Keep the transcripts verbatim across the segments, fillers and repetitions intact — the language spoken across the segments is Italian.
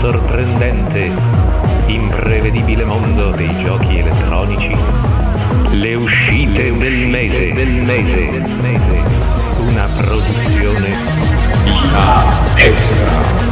sorprendente, imprevedibile mondo dei giochi elettronici, le uscite del mese, del mese, del mese. Una produzione I K Extra.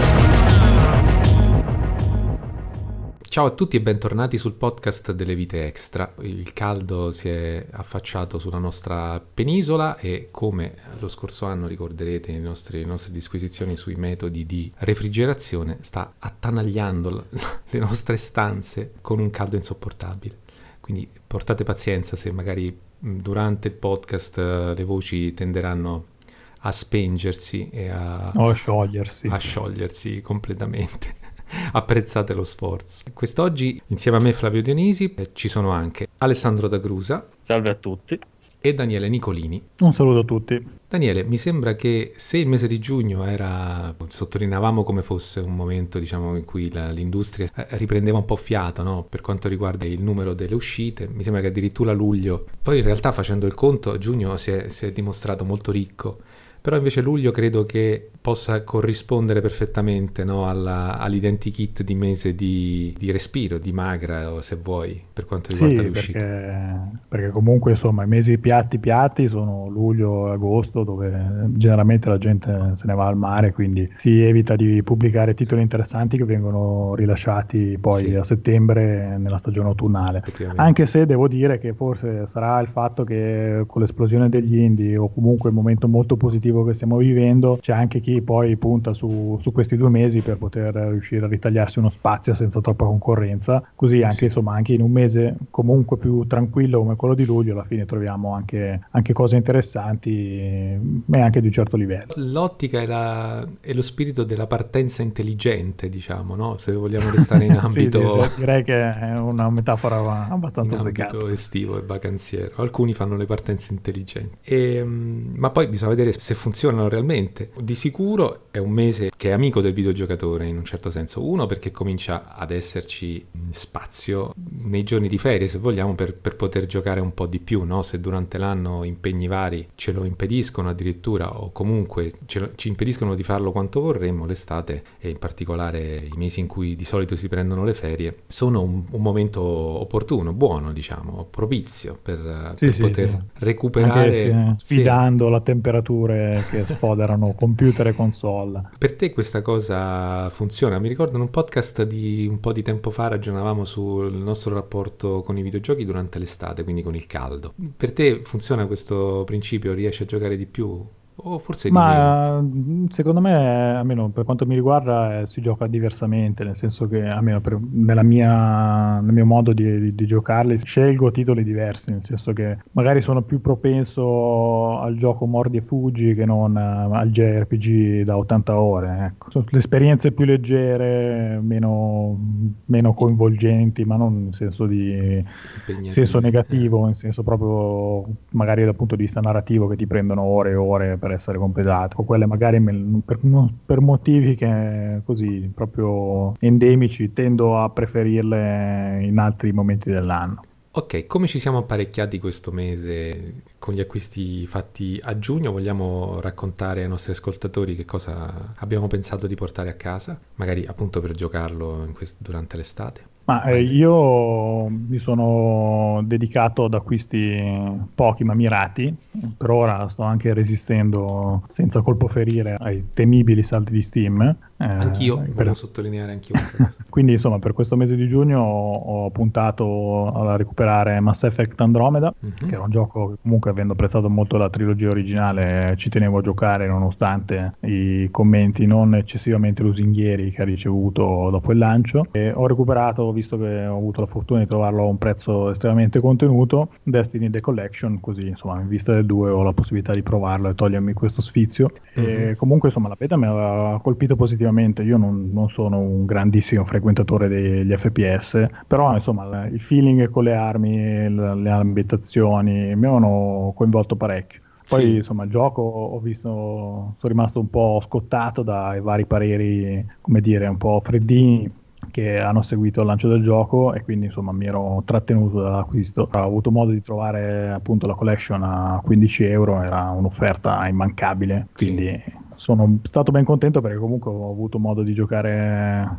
Ciao a tutti e bentornati sul podcast delle Vite Extra. Il caldo si è affacciato sulla nostra penisola e, come lo scorso anno ricorderete le nostre, le nostre disquisizioni sui metodi di refrigerazione, sta attanagliando le nostre stanze con un caldo insopportabile. Quindi portate pazienza se magari durante il podcast le voci tenderanno a spengersi e a, o a sciogliersi. a sciogliersi completamente. Apprezzate lo sforzo. Quest'oggi insieme a me Flavio Dionisi ci sono anche Alessandro D'Agrusa. Salve a tutti. E Daniele Nicolini. Un saluto a tutti. Daniele, mi sembra che se il mese di giugno era, sottolineavamo come fosse un momento, diciamo, in cui la, l'industria riprendeva un po' fiato, no? Per quanto riguarda il numero delle uscite, mi sembra che addirittura luglio, poi in realtà facendo il conto, giugno si è, si è dimostrato molto ricco. Però invece luglio credo che possa corrispondere perfettamente, no, alla, all'identikit di mese di, di respiro, di magra, o se vuoi, per quanto riguarda sì, le uscite. Perché, perché comunque insomma i mesi piatti piatti sono luglio e agosto, dove generalmente la gente se ne va al mare, quindi si evita di pubblicare titoli interessanti che vengono rilasciati poi sì. a settembre nella stagione autunnale. Anche se devo dire che forse sarà il fatto che con l'esplosione degli indie o comunque il momento molto positivo che stiamo vivendo, c'è anche chi poi punta su, su questi due mesi per poter riuscire a ritagliarsi uno spazio senza troppa concorrenza, così anche sì. insomma anche in un mese comunque più tranquillo come quello di luglio alla fine troviamo anche, anche cose interessanti e anche di un certo livello. L'ottica è, la, è lo spirito della partenza intelligente, diciamo, no? Se vogliamo restare in ambito sì, direi che è una metafora abbastanza azzeccata. In ambito estivo e vacanziero. Alcuni fanno le partenze intelligenti e, ma poi bisogna vedere se funzionano realmente. Di sicuro è un mese che è amico del videogiocatore in un certo senso. Uno, perché comincia ad esserci spazio nei giorni di ferie, se vogliamo, per, per poter giocare un po' di più, no? Se durante l'anno impegni vari ce lo impediscono addirittura, o comunque ce lo, ci impediscono di farlo quanto vorremmo, l'estate e in particolare i mesi in cui di solito si prendono le ferie sono un, un momento opportuno, buono, diciamo, propizio per, sì, per sì, poter sì. recuperare, anche sfidando sì. la temperatura che sfoderano computer e console. Per te questa cosa funziona? Mi ricordo in un podcast di un po' di tempo fa ragionavamo sul nostro rapporto con i videogiochi durante l'estate, quindi con il caldo. Per te funziona questo principio? Riesci a giocare di più? O forse di Ma meno? Secondo me, almeno per quanto mi riguarda, eh, si gioca diversamente, nel senso che almeno per, nella mia, nel mio modo di, di, di giocarli scelgo titoli diversi, nel senso che magari sono più propenso al gioco mordi e fuggi che non uh, al J R P G da ottanta ore. Ecco. Sono le esperienze più leggere, meno, meno coinvolgenti, ma non in senso di senso negativo, in senso proprio magari dal punto di vista narrativo che ti prendono ore e ore per essere completato, o quelle magari per, per motivi che così proprio endemici tendo a preferirle in altri momenti dell'anno. Ok, come ci siamo apparecchiati questo mese con gli acquisti fatti a giugno? Vogliamo raccontare ai nostri ascoltatori che cosa abbiamo pensato di portare a casa, magari appunto per giocarlo in quest- durante l'estate? Ma eh, io mi sono dedicato ad acquisti pochi ma mirati, per ora sto anche resistendo senza colpo ferire ai temibili saldi di Steam. Eh, anch'io, per... volevo sottolineare anch'io questa cosa. Quindi insomma per questo mese di giugno ho, ho puntato a recuperare Mass Effect Andromeda, mm-hmm. che era un gioco che comunque, avendo apprezzato molto la trilogia originale, ci tenevo a giocare nonostante i commenti non eccessivamente lusinghieri che ha ricevuto dopo il lancio. E ho recuperato, visto che ho avuto la fortuna di trovarlo a un prezzo estremamente contenuto, Destiny The Collection, così insomma in vista del due ho la possibilità di provarlo e togliermi questo sfizio. Mm-hmm. E comunque insomma la beta mi aveva colpito positivamente. Io non, non sono un grandissimo frequentatore degli F P S, però insomma il feeling con le armi, le, le ambientazioni mi avevano coinvolto parecchio. Poi sì. insomma il gioco ho visto, sono rimasto un po' scottato dai vari pareri, come dire, un po' freddini che hanno seguito il lancio del gioco, e quindi insomma mi ero trattenuto dall'acquisto. Ho avuto modo di trovare appunto la collection a quindici euro, era un'offerta immancabile, quindi sì. sono stato ben contento perché comunque ho avuto modo di giocare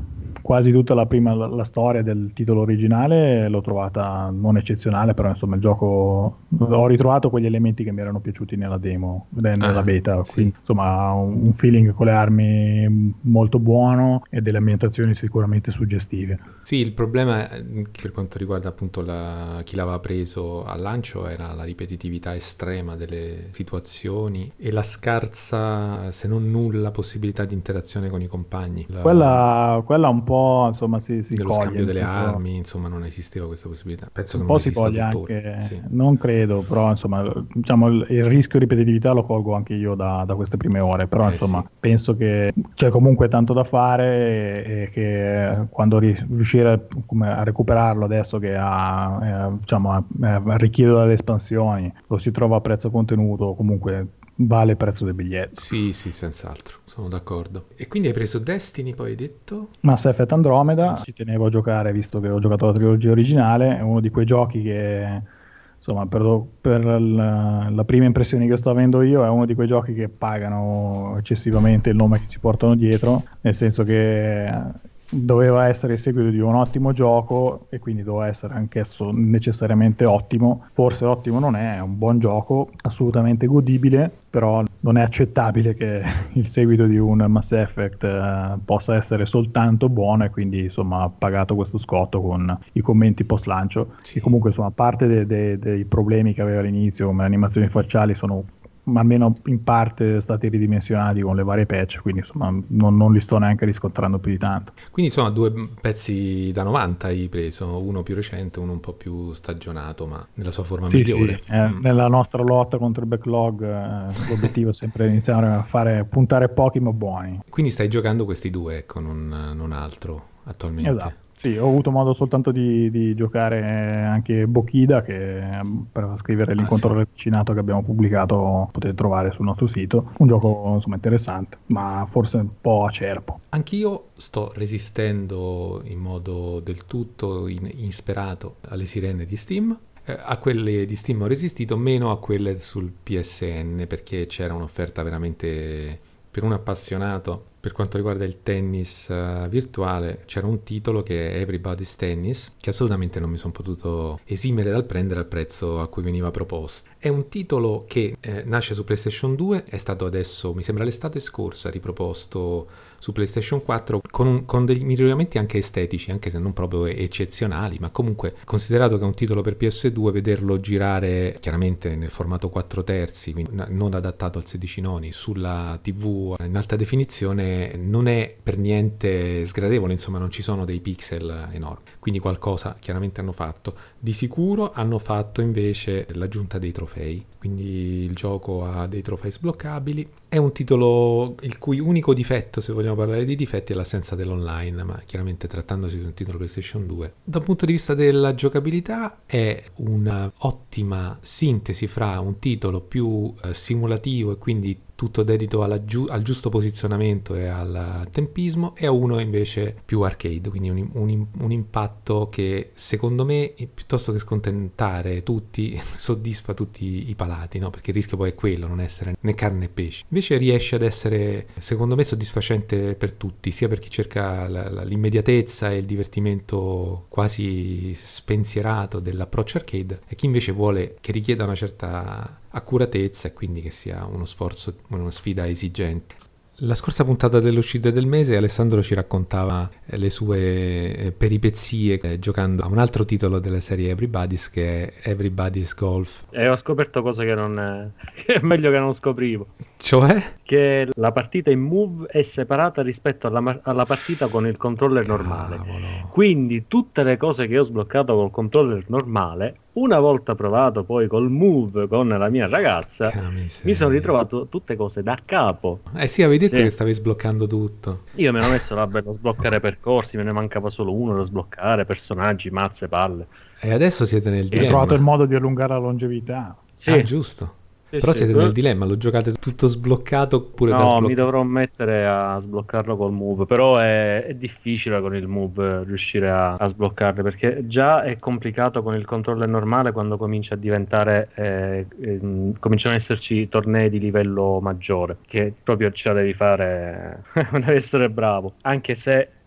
quasi tutta la prima la, la storia del titolo originale l'ho trovata non eccezionale, però insomma il gioco ho ritrovato quegli elementi che mi erano piaciuti nella demo, nella Ah, beta, sì. quindi insomma un, un feeling con le armi molto buono e delle ambientazioni sicuramente suggestive. Sì, il problema eh, per quanto riguarda appunto la- chi l'aveva preso al lancio era la ripetitività estrema delle situazioni e la scarsa, se non nulla, possibilità di interazione con i compagni. La- Quella, quella un po' insomma si, si dello coglie, scambio nel delle senso, armi, insomma, non esisteva questa possibilità. Penso che un non po' si esista coglie tuttora. anche, Sì. non credo, però insomma diciamo il, il rischio ripetitività lo colgo anche io da, da queste prime ore, però Eh, insomma sì. penso che c'è comunque tanto da fare e, e che quando ri- riuscire a, come a recuperarlo adesso che ha, eh, diciamo, ha- è arricchito dalle espansioni, lo si trova a prezzo contenuto, comunque vale il prezzo del biglietto. Sì, sì, senz'altro, sono d'accordo. E quindi hai preso Destiny, poi hai detto? Mass Effect Andromeda, ci tenevo a giocare visto che ho giocato la trilogia originale, è uno di quei giochi che, insomma, per, per la, la prima impressione che sto avendo io, è uno di quei giochi che pagano eccessivamente il nome che si portano dietro, nel senso che doveva essere il seguito di un ottimo gioco e quindi doveva essere anch'esso necessariamente ottimo. Forse ottimo non è, è un buon gioco, assolutamente godibile, però non è accettabile che il seguito di un Mass Effect eh, possa essere soltanto buono e quindi insomma ha pagato questo scotto con i commenti post lancio, Sì. che comunque insomma a parte de- de- dei problemi che aveva all'inizio come le animazioni facciali sono ma almeno in parte stati ridimensionati con le varie patch, quindi insomma non, non li sto neanche riscontrando più di tanto. Quindi insomma due pezzi da novanta hai preso, uno più recente, uno un po' più stagionato, ma nella sua forma Sì, migliore. sì, eh, Mm. nella nostra lotta contro il backlog eh, l'obiettivo è sempre iniziare a fare, puntare pochi ma buoni. Quindi stai giocando questi due, ecco, non, non altro attualmente. Esatto. Sì, ho avuto modo soltanto di, di giocare anche Bokida, che ehm, per scrivere l'incontro sì. ravvicinato che abbiamo pubblicato potete trovare sul nostro sito. Un gioco insomma interessante, ma forse un po' acerbo. Anch'io sto resistendo in modo del tutto in- insperato alle sirene di Steam. Eh, a quelle di Steam ho resistito, meno a quelle sul P S N, perché c'era un'offerta veramente per un appassionato. Per quanto riguarda il tennis uh, virtuale, c'era un titolo che è Everybody's Tennis, che assolutamente non mi sono potuto esimere dal prendere al prezzo a cui veniva proposto. È un titolo che eh, nasce su PlayStation due, è stato adesso, mi sembra l'estate scorsa, riproposto su PlayStation quattro con, un, con degli miglioramenti anche estetici, anche se non proprio eccezionali, ma comunque considerato che è un titolo per P S due, vederlo girare chiaramente nel formato quattro terzi, quindi non adattato al sedici noni, sulla tivù in alta definizione non è per niente sgradevole, insomma non ci sono dei pixel enormi, quindi qualcosa chiaramente hanno fatto. Di sicuro hanno fatto invece l'aggiunta dei trofei, quindi il gioco ha dei trofei sbloccabili. È un titolo il cui unico difetto, se vogliamo parlare di difetti, è l'assenza dell'online, ma chiaramente trattandosi di un titolo PlayStation due. Dal punto di vista della giocabilità è una ottima sintesi fra un titolo più eh, simulativo e quindi tutto dedito alla giu- al giusto posizionamento e al tempismo, e a uno invece più arcade, quindi un, un, un impatto che secondo me, piuttosto che scontentare tutti, soddisfa tutti i palati, no? Perché il rischio poi è quello, non essere né carne né pesce. Invece riesce ad essere, secondo me, soddisfacente per tutti, sia per chi cerca la, la, l'immediatezza e il divertimento quasi spensierato dell'approccio arcade, e chi invece vuole che richieda una certa accuratezza e quindi che sia uno sforzo, una sfida esigente. La scorsa puntata dell'uscita del mese Alessandro ci raccontava le sue peripezie eh, giocando a un altro titolo della serie Everybody's, che è Everybody's Golf. E ho scoperto cose che non è, che è meglio che non scoprivo. Cioè? Che la partita in Move è separata rispetto alla, alla partita con il controller normale. Cavolo. Quindi tutte le cose che ho sbloccato col controller normale, una volta provato poi col Move con la mia ragazza, mi sono ritrovato tutte cose da capo. Eh sì, avevi detto Sì. che stavi sbloccando tutto. Io mi ero messo là per sbloccare percorsi, me ne mancava solo uno da sbloccare, personaggi, mazze, palle. E adesso siete nel Hai dilemma. trovato il modo di allungare la longevità. Sì, Ah, giusto. sì, Però sì. siete nel dilemma, lo giocate tutto sbloccato oppure da No, sbloccare? mi dovrò mettere a sbloccarlo col Move, però è, è difficile con il Move riuscire a, a sbloccarlo, perché già è complicato con il controller normale quando comincia a diventare, eh, ehm, cominciano ad esserci tornei di livello maggiore, che proprio ce la devi fare, devi essere bravo, anche se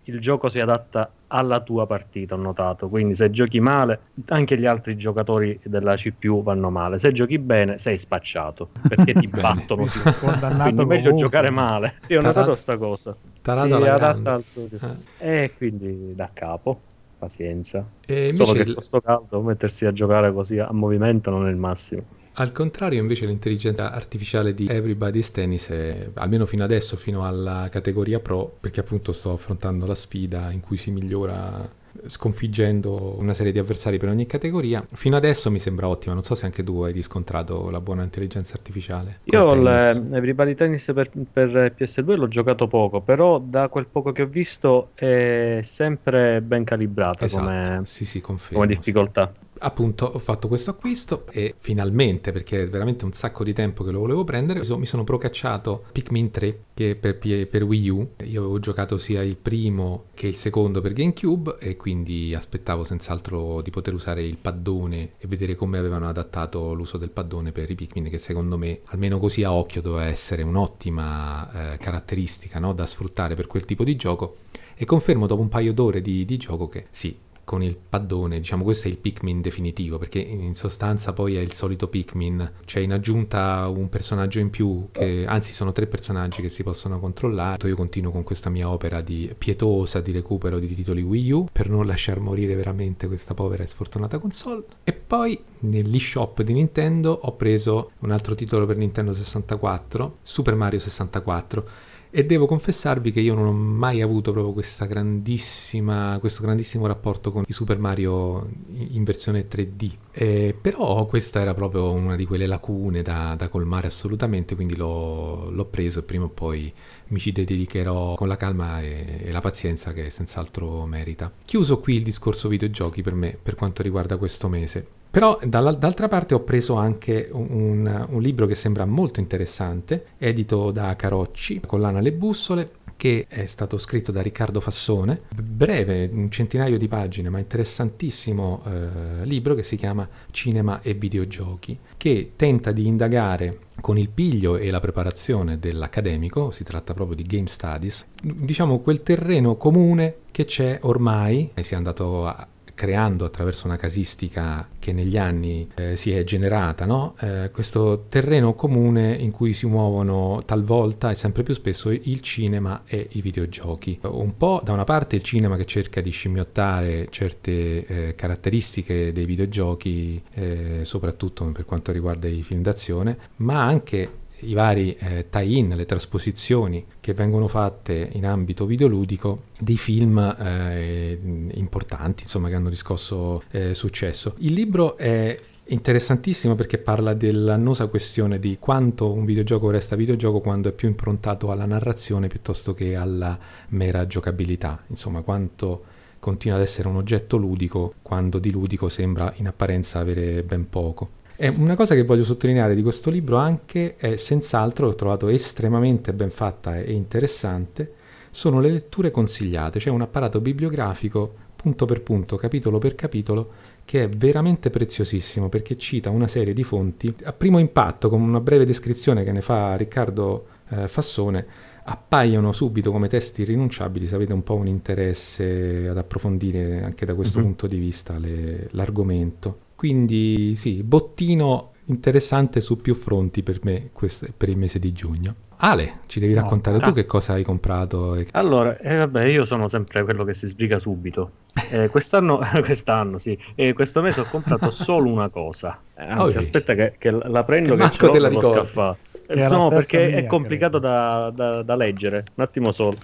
il gioco si adatta alla tua partita, ho notato, quindi se giochi male anche gli altri giocatori della C P U vanno male, se giochi bene sei spacciato perché ti battono sì. Quindi meglio giocare male. Sì, ho notato sta cosa, si adatta al tuo eh. E quindi da capo pazienza, e solo che il... questo caldo mettersi a giocare così a movimento non è il massimo. Al contrario, invece, l'intelligenza artificiale di Everybody's Tennis è, almeno fino adesso, fino alla categoria Pro, perché appunto sto affrontando la sfida in cui si migliora sconfiggendo una serie di avversari per ogni categoria, fino adesso mi sembra ottima. Non so se anche tu hai riscontrato la buona intelligenza artificiale. Io l'Everybody Tennis per, per P S due l'ho giocato poco, però da quel poco che ho visto è sempre ben calibrata. Esatto. come, sì, sì, confermo, come difficoltà. Sì. Appunto ho fatto questo acquisto e finalmente, perché è veramente un sacco di tempo che lo volevo prendere, mi sono procacciato Pikmin tre che per, per Wii U. Io avevo giocato sia il primo che il secondo per GameCube e quindi aspettavo senz'altro di poter usare il paddone e vedere come avevano adattato l'uso del paddone per i Pikmin, che secondo me, almeno così a occhio, doveva essere un'ottima eh, caratteristica, no, da sfruttare per quel tipo di gioco. E confermo dopo un paio d'ore di, di gioco che sì, con il paddone, diciamo, questo è il Pikmin definitivo, perché in sostanza poi è il solito Pikmin, c'è in aggiunta un personaggio in più, che, anzi sono tre personaggi che si possono controllare. Io continuo con questa mia opera di pietosa di recupero di titoli Wii U per non lasciar morire veramente questa povera e sfortunata console. E poi nell'eShop di Nintendo ho preso un altro titolo per Nintendo sessantaquattro, Super Mario sessantaquattro. E devo confessarvi che io non ho mai avuto proprio questa grandissima, questo grandissimo rapporto con i Super Mario in versione tre D. Eh, però questa era proprio una di quelle lacune da, da colmare assolutamente, quindi l'ho, l'ho preso e prima o poi mi ci dedicherò con la calma e, e la pazienza che senz'altro merita. Chiuso qui il discorso videogiochi per me, per quanto riguarda questo mese. Però dall'altra parte ho preso anche un, un libro che sembra molto interessante, edito da Carocci, Collana Le Bussole, che è stato scritto da Riccardo Fassone, breve, un centinaio di pagine, ma interessantissimo eh, libro che si chiama Cinema e videogiochi, che tenta di indagare con il piglio e la preparazione dell'accademico, si tratta proprio di Game Studies, diciamo quel terreno comune che c'è ormai, e si è andato a creando attraverso una casistica che negli anni eh, si è generata, no? Eh, questo terreno comune in cui si muovono talvolta e sempre più spesso il cinema e i videogiochi. Un po' da una parte il cinema che cerca di scimmiottare certe eh, caratteristiche dei videogiochi, eh, soprattutto per quanto riguarda i film d'azione, ma anche i vari eh, tie-in, le trasposizioni che vengono fatte in ambito videoludico di film eh, importanti, insomma, che hanno riscosso eh, successo. Il libro è interessantissimo perché parla dell'annosa questione di quanto un videogioco resta videogioco quando è più improntato alla narrazione piuttosto che alla mera giocabilità, insomma, quanto continua ad essere un oggetto ludico quando di ludico sembra in apparenza avere ben poco. E una cosa che voglio sottolineare di questo libro anche è senz'altro, l'ho trovato estremamente ben fatta e interessante, sono le letture consigliate, cioè un apparato bibliografico punto per punto, capitolo per capitolo, che è veramente preziosissimo perché cita una serie di fonti. A primo impatto, con una breve descrizione che ne fa Riccardo eh, Fassone, appaiono subito come testi irrinunciabili se avete un po' un interesse ad approfondire anche da questo mm-hmm. punto di vista le, l'argomento. Quindi sì, bottino interessante su più fronti per me questo, per il mese di giugno. Ale, ci devi no, raccontare tu che cosa hai comprato? E... Allora, eh, vabbè, io sono sempre quello che si sbriga subito. Eh, quest'anno, quest'anno sì, e questo mese ho comprato solo una cosa. Anzi, oh, aspetta che, che la prendo, che, che ce l'ho nello scaffale. No, perché mia, è complicato da, da, da leggere. Un attimo solo.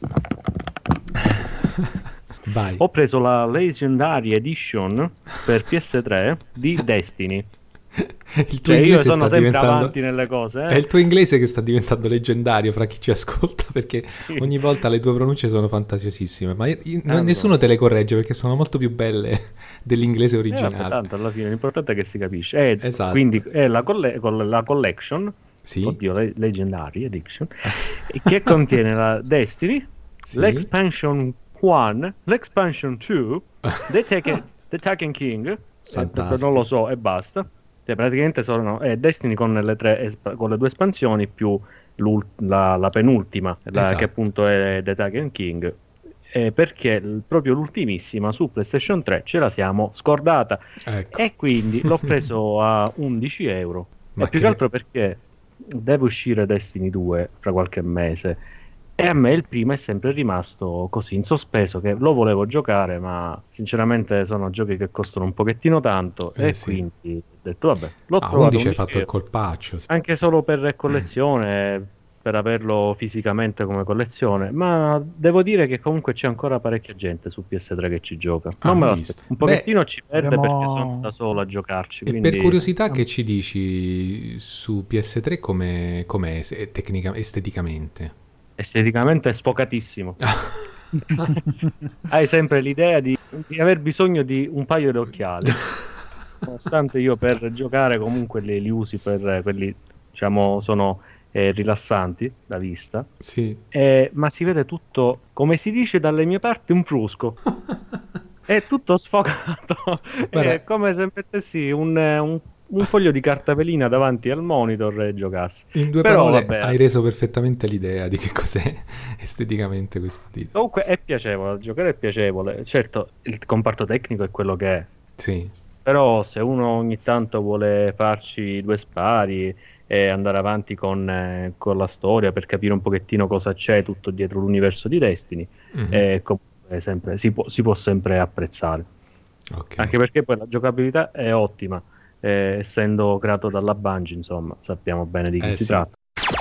Vai. Ho preso la Legendary Edition per P S tre di Destiny. Il tuo cioè, io sono sempre diventando... avanti nelle cose. Eh? È il tuo inglese che sta diventando leggendario fra chi ci ascolta, perché ogni volta le tue pronunce sono fantasiosissime, ma io, io, ah, nessuno no. te le corregge perché sono molto più belle dell'inglese originale. Eh, vabbè, tanto alla fine l'importante è che si capisce. È, esatto. Quindi è la, colle- la collection, sì. oddio, le- Legendary Edition, che contiene la Destiny, sì. l'expansion one, l'expansion two, The Taken, The Taken King, eh, non lo so e basta. Cioè, praticamente sono eh, Destiny con le, tre esp- con le due espansioni più la, la penultima, la, esatto. che appunto è The Taken King. eh, perché il, proprio l'ultimissima su PlayStation tre ce la siamo scordata, ecco. E quindi l'ho preso a undici euro. Ma e più che... che altro perché deve uscire Destiny due fra qualche mese e a me il primo è sempre rimasto così in sospeso, che lo volevo giocare, ma sinceramente sono giochi che costano un pochettino tanto, eh, e sì. quindi ho detto vabbè, l'ho ah, trovato undici hai fatto euro, il colpaccio, anche solo per collezione, per averlo fisicamente come collezione, ma devo dire che comunque c'è ancora parecchia gente su P S tre che ci gioca. Ah, Non me hai lo visto? aspetto. Un pochettino Beh, ci perde abbiamo- perché sono da solo a giocarci. e Quindi per curiosità che ci dici su P S tre come com'è es- tecnica- esteticamente? esteticamente è sfocatissimo. Hai sempre l'idea di, di aver bisogno di un paio di occhiali. Nonostante io per giocare comunque li, li usi per quelli, diciamo, sono eh, rilassanti da vista. Sì. Eh, ma si vede tutto, come si dice dalle mie parti, un frusco. È tutto sfocato. Guarda- È come se mettessi un, un, un foglio di carta velina davanti al monitor e giocassi. In due Però, parole vabbè. hai reso perfettamente l'idea di che cos'è esteticamente questo titolo. Comunque è piacevole, giocare è piacevole. Certo, il comparto tecnico è quello che è. Sì. Però se uno ogni tanto vuole farci due spari e andare avanti con, eh, con la storia per capire un pochettino cosa c'è tutto dietro l'universo di Destiny, Mhm. eh, comunque sempre, si, può, si può sempre apprezzare. Ok. Anche perché poi la giocabilità è ottima, eh, essendo creato dalla Bungie, insomma, sappiamo bene di chi Eh, si sì. tratta.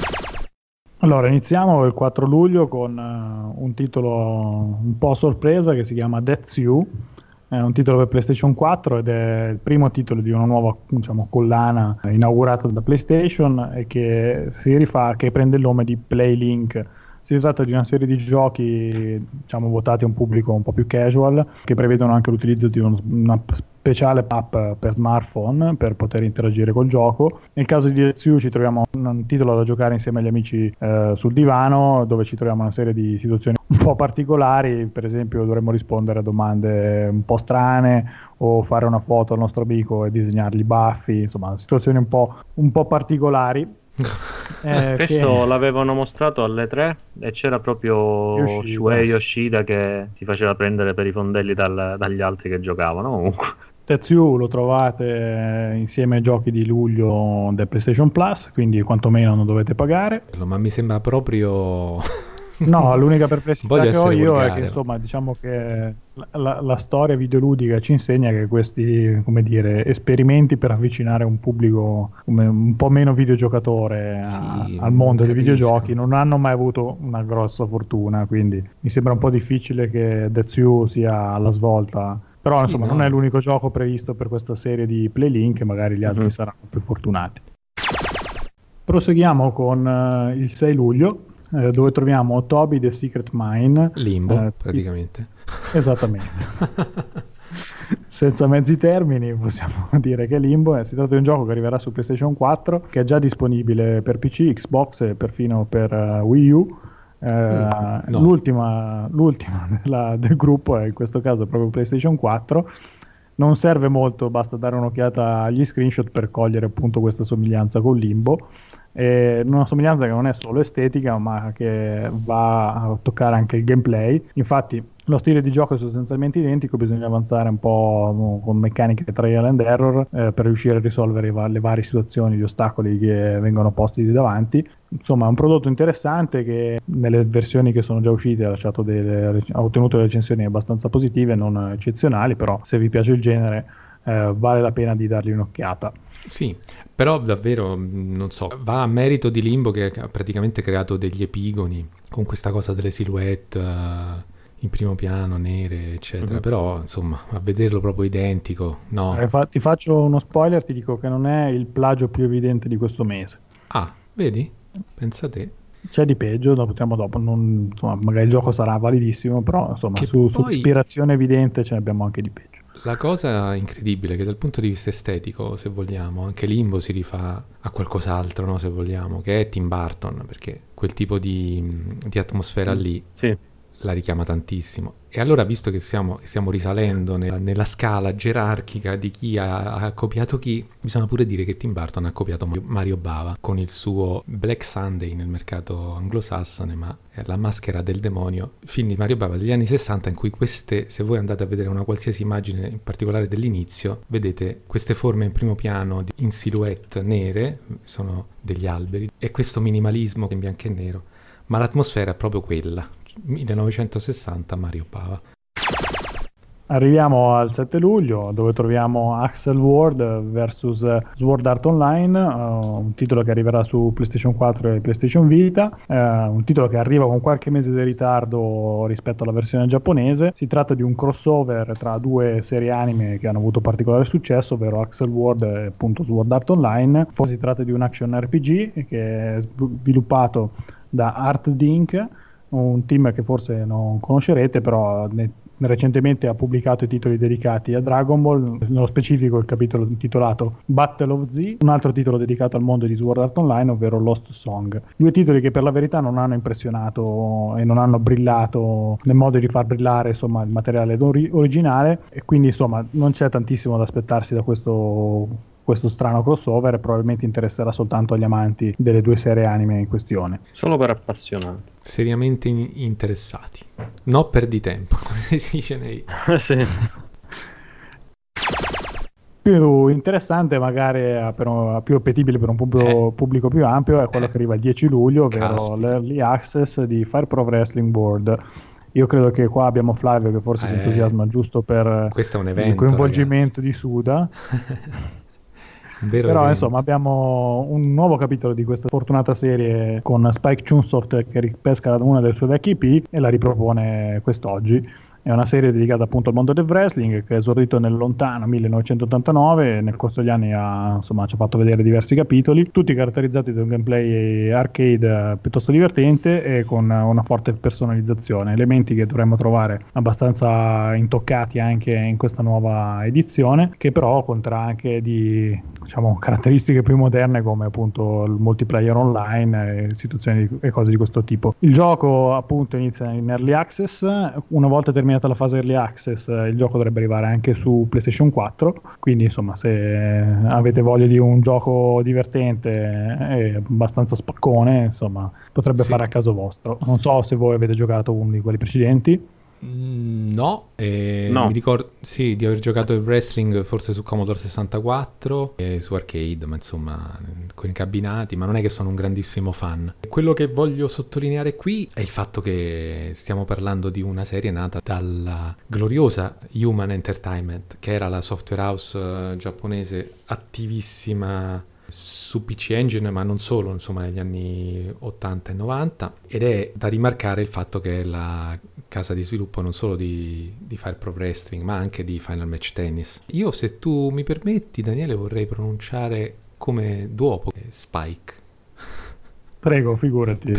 Allora, iniziamo il quattro luglio con uh, un titolo un po' a sorpresa che si chiama That's You. È un titolo per PlayStation quattro ed è il primo titolo di una nuova, diciamo, collana inaugurata da PlayStation e che si rifà, che prende il nome di PlayLink. Si tratta di una serie di giochi, diciamo, votati a un pubblico un po' più casual, che prevedono anche l'utilizzo di uno- una speciale app per smartphone per poter interagire col gioco. Nel caso di That's You ci troviamo un titolo da giocare insieme agli amici eh, sul divano, dove ci troviamo una serie di situazioni un po' particolari. Per esempio dovremmo rispondere a domande un po' strane o fare una foto al nostro amico e disegnargli i baffi, insomma situazioni un po', un po' particolari. Eh, Questo che- l'avevano mostrato alle tre e c'era proprio Yoshida. Shuei Yoshida che si faceva prendere per i fondelli dal- dagli altri che giocavano. Comunque. That's You lo trovate insieme ai giochi di luglio del PlayStation Plus, quindi quantomeno non dovete pagare. Ma mi sembra proprio... No, l'unica perplessità Voglio che ho essere io volgare. è che insomma diciamo che la, la- la storia videoludica ci insegna che questi, come dire, esperimenti per avvicinare un pubblico come un po' meno videogiocatore a- Sì, al mondo dei capisco. videogiochi non hanno mai avuto una grossa fortuna, quindi mi sembra un po' difficile che That's You sia alla svolta. Però Sì, insomma no. non è l'unico gioco previsto per questa serie di PlayLink, magari gli altri Mhm. saranno più fortunati. Proseguiamo con eh, il sei luglio, eh, dove troviamo Toby the Secret Mine. Limbo, Eh, praticamente. Esattamente. Senza mezzi termini possiamo dire che Limbo è, si tratta di un gioco che arriverà su PlayStation quattro, che è già disponibile per P C, Xbox e perfino per eh, Wii U. Eh, no. l'ultima, l'ultima della- del gruppo è in questo caso proprio PlayStation quattro. Non serve molto, basta dare un'occhiata agli screenshot per cogliere appunto questa somiglianza con Limbo. E una somiglianza che non è solo estetica, ma che va a toccare anche il gameplay. Infatti, lo stile di gioco è sostanzialmente identico, bisogna avanzare un po' no, con meccaniche trial and error eh, per riuscire a risolvere i va- le varie situazioni, gli ostacoli che vengono posti di davanti. Insomma, è un prodotto interessante che nelle versioni che sono già uscite ha, lasciato delle, ha ottenuto delle recensioni abbastanza positive, non eccezionali, però se vi piace il genere eh, vale la pena di dargli un'occhiata. Sì, però davvero, mh, non so, va a merito di Limbo che ha praticamente creato degli epigoni con questa cosa delle silhouette eh, in primo piano, nere, eccetera. Mhm. Però, insomma, a vederlo proprio identico, no. Eh, fa- ti faccio uno spoiler, ti dico che non è il plagio più evidente di questo mese. Ah, vedi? Pensa te. C'è di peggio, lo potremo dopo, non- insomma, magari il gioco sarà validissimo, però insomma Che su, su poi- ispirazione evidente ce ne abbiamo anche di peggio. La cosa incredibile è che dal punto di vista estetico, se vogliamo, anche Limbo si rifà a qualcos'altro, no? Se vogliamo, che è Tim Burton, perché quel tipo di, di atmosfera lì Sì. la richiama tantissimo. E allora, visto che siamo, stiamo risalendo nella, nella scala gerarchica di chi ha, ha copiato chi, bisogna pure dire che Tim Burton ha copiato Mario Bava con il suo Black Sunday nel mercato anglosassone, ma è La maschera del demonio, film di Mario Bava degli anni sessanta, in cui queste, se voi andate a vedere una qualsiasi immagine, in particolare dell'inizio, vedete queste forme in primo piano in silhouette nere, sono degli alberi, e questo minimalismo in bianco e nero, ma l'atmosfera è proprio quella. millenovecentosessanta Mario Bava. Arriviamo al sette luglio, dove troviamo Axel Ward versus Sword Art Online, uh, un titolo che arriverà su PlayStation quattro e PlayStation Vita, uh, un titolo che arriva con qualche mese di ritardo rispetto alla versione giapponese. Si tratta di un crossover tra due serie anime che hanno avuto particolare successo, ovvero Axel Ward e appunto Sword Art Online. Forse si tratta di un action R P G che è sviluppato da Art Dink, un team che forse non conoscerete, però ne, recentemente ha pubblicato i titoli dedicati a Dragon Ball, nello specifico il capitolo intitolato Battle of Z, un altro titolo dedicato al mondo di Sword Art Online, ovvero Lost Song. Due titoli che per la verità non hanno impressionato e non hanno brillato nel modo di far brillare, insomma, il materiale ori- originale, e quindi insomma non c'è tantissimo da aspettarsi da questo questo strano crossover, e probabilmente interesserà soltanto agli amanti delle due serie anime in questione. Solo per appassionati. Seriamente in- interessati. No perdi tempo, come si dice nei... Sì. Più interessante, magari per, più appetibile per un pubblico, eh. pubblico più ampio, è quello eh. che arriva il dieci luglio, ovvero Caspita. l'Early Access di Fire Pro Wrestling World. Io credo che qua abbiamo Flavio che forse eh. si entusiasma giusto per Questo è un evento, il coinvolgimento ragazzi. di Suda. Vero Però evento. insomma abbiamo un nuovo capitolo di questa fortunata serie con Spike Chunsoft che ripesca una delle sue vecchie I P e la ripropone quest'oggi. È una serie dedicata appunto al mondo del wrestling, che è esordito nel lontano millenovecentottantanove e nel corso degli anni ha, insomma, ci ha fatto vedere diversi capitoli, tutti caratterizzati da un gameplay arcade piuttosto divertente e con una forte personalizzazione, elementi che dovremmo trovare abbastanza intoccati anche in questa nuova edizione, che però conterà anche di, diciamo, caratteristiche più moderne come appunto il multiplayer online e situazioni e cose di questo tipo. Il gioco appunto inizia in early access, una volta terminato la fase early access il gioco dovrebbe arrivare anche su PlayStation quattro, quindi insomma se avete voglia di un gioco divertente e abbastanza spaccone, insomma potrebbe sì. fare a caso vostro. Non so se voi avete giocato uno di quelli precedenti. Mm, no, eh, no. mi ricordo sì, di aver giocato il wrestling forse su Commodore sessantaquattro e su arcade, ma insomma con i cabinati, ma non è che sono un grandissimo fan. Quello che voglio sottolineare qui è il fatto che stiamo parlando di una serie nata dalla gloriosa Human Entertainment, che era la software house uh, giapponese attivissima su P C Engine, ma non solo, insomma negli anni ottanta e novanta, ed è da rimarcare il fatto che è la casa di sviluppo non solo di, di Fire Pro Wrestling ma anche di Final Match Tennis. Io, se tu mi permetti, Daniele, vorrei pronunciare come duopo Spike. Prego, figurati.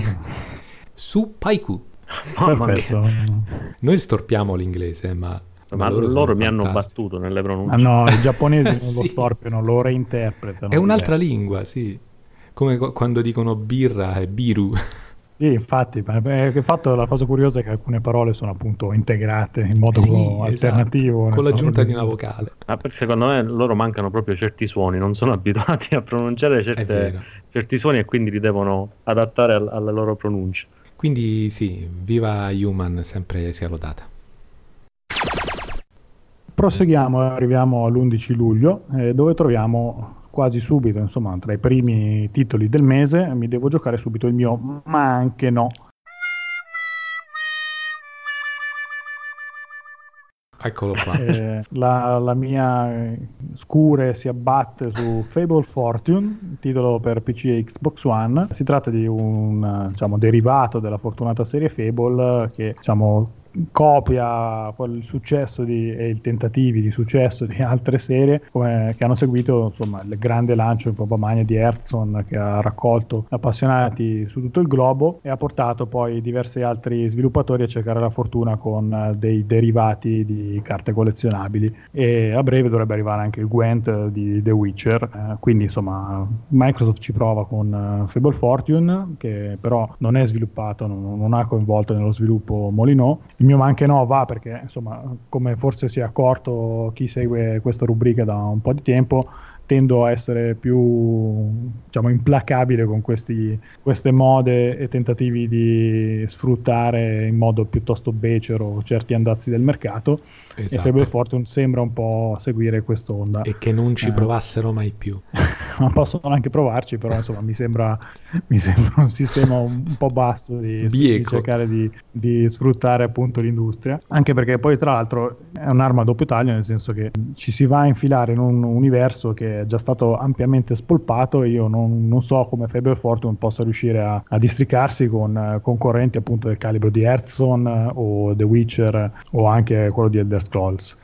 Su Paiku. Perfetto. Noi storpiamo l'inglese, ma Ma, ma loro, loro mi hanno battuto nelle pronunce. Ah no, i giapponesi non sì. lo storpiano, lo reinterpretano. È un'altra lingua, sì. Come co- quando dicono birra è biru. Sì, infatti, ma il fatto, la cosa curiosa è che alcune parole sono appunto integrate in modo sì, alternativo. Esatto, con l'aggiunta di una vocale. Ma per, secondo me loro mancano proprio certi suoni, non sono abituati a pronunciare certe, certi suoni e quindi li devono adattare al, alle loro pronunce. Quindi sì, viva Human, sempre sia lodata. Proseguiamo, arriviamo all'undici luglio, eh, dove troviamo quasi subito, insomma, tra i primi titoli del mese, mi devo giocare subito il mio, ma anche no. Eccolo qua. Eh, la, la mia scure si abbatte su Fable Fortune, titolo per P C e Xbox One. Si tratta di un, diciamo, derivato della fortunata serie Fable che, diciamo, copia il successo di, e i tentativi di successo di altre serie come, che hanno seguito insomma il grande lancio in pompa magna di Hearthstone, che ha raccolto appassionati su tutto il globo e ha portato poi diversi altri sviluppatori a cercare la fortuna con dei derivati di carte collezionabili, e a breve dovrebbe arrivare anche il Gwent di The Witcher, eh, quindi insomma Microsoft ci prova con uh, Fable Fortune, che però non è sviluppato, non, non ha coinvolto nello sviluppo Molineux. Il mio ma anche no va perché insomma, come forse si è accorto chi segue questa rubrica da un po' di tempo, tendo a essere più, diciamo, implacabile con questi, queste mode e tentativi di sfruttare in modo piuttosto becero certi andazzi del mercato. Esatto. E Fable Fortune sembra un po' seguire quest'onda. E che non ci eh. provassero mai più. Ma possono anche provarci, però insomma mi sembra, mi sembra un sistema un, un po' basso di, di cercare di, di sfruttare appunto l'industria, anche perché poi tra l'altro è un'arma a doppio taglio, nel senso che ci si va a infilare in un universo che è già stato ampiamente spolpato, e io non, non so come Fable Fortune possa riuscire a, a districarsi con uh, concorrenti appunto del calibro di Hearthstone uh, o The Witcher o anche quello di Elder Scrolls.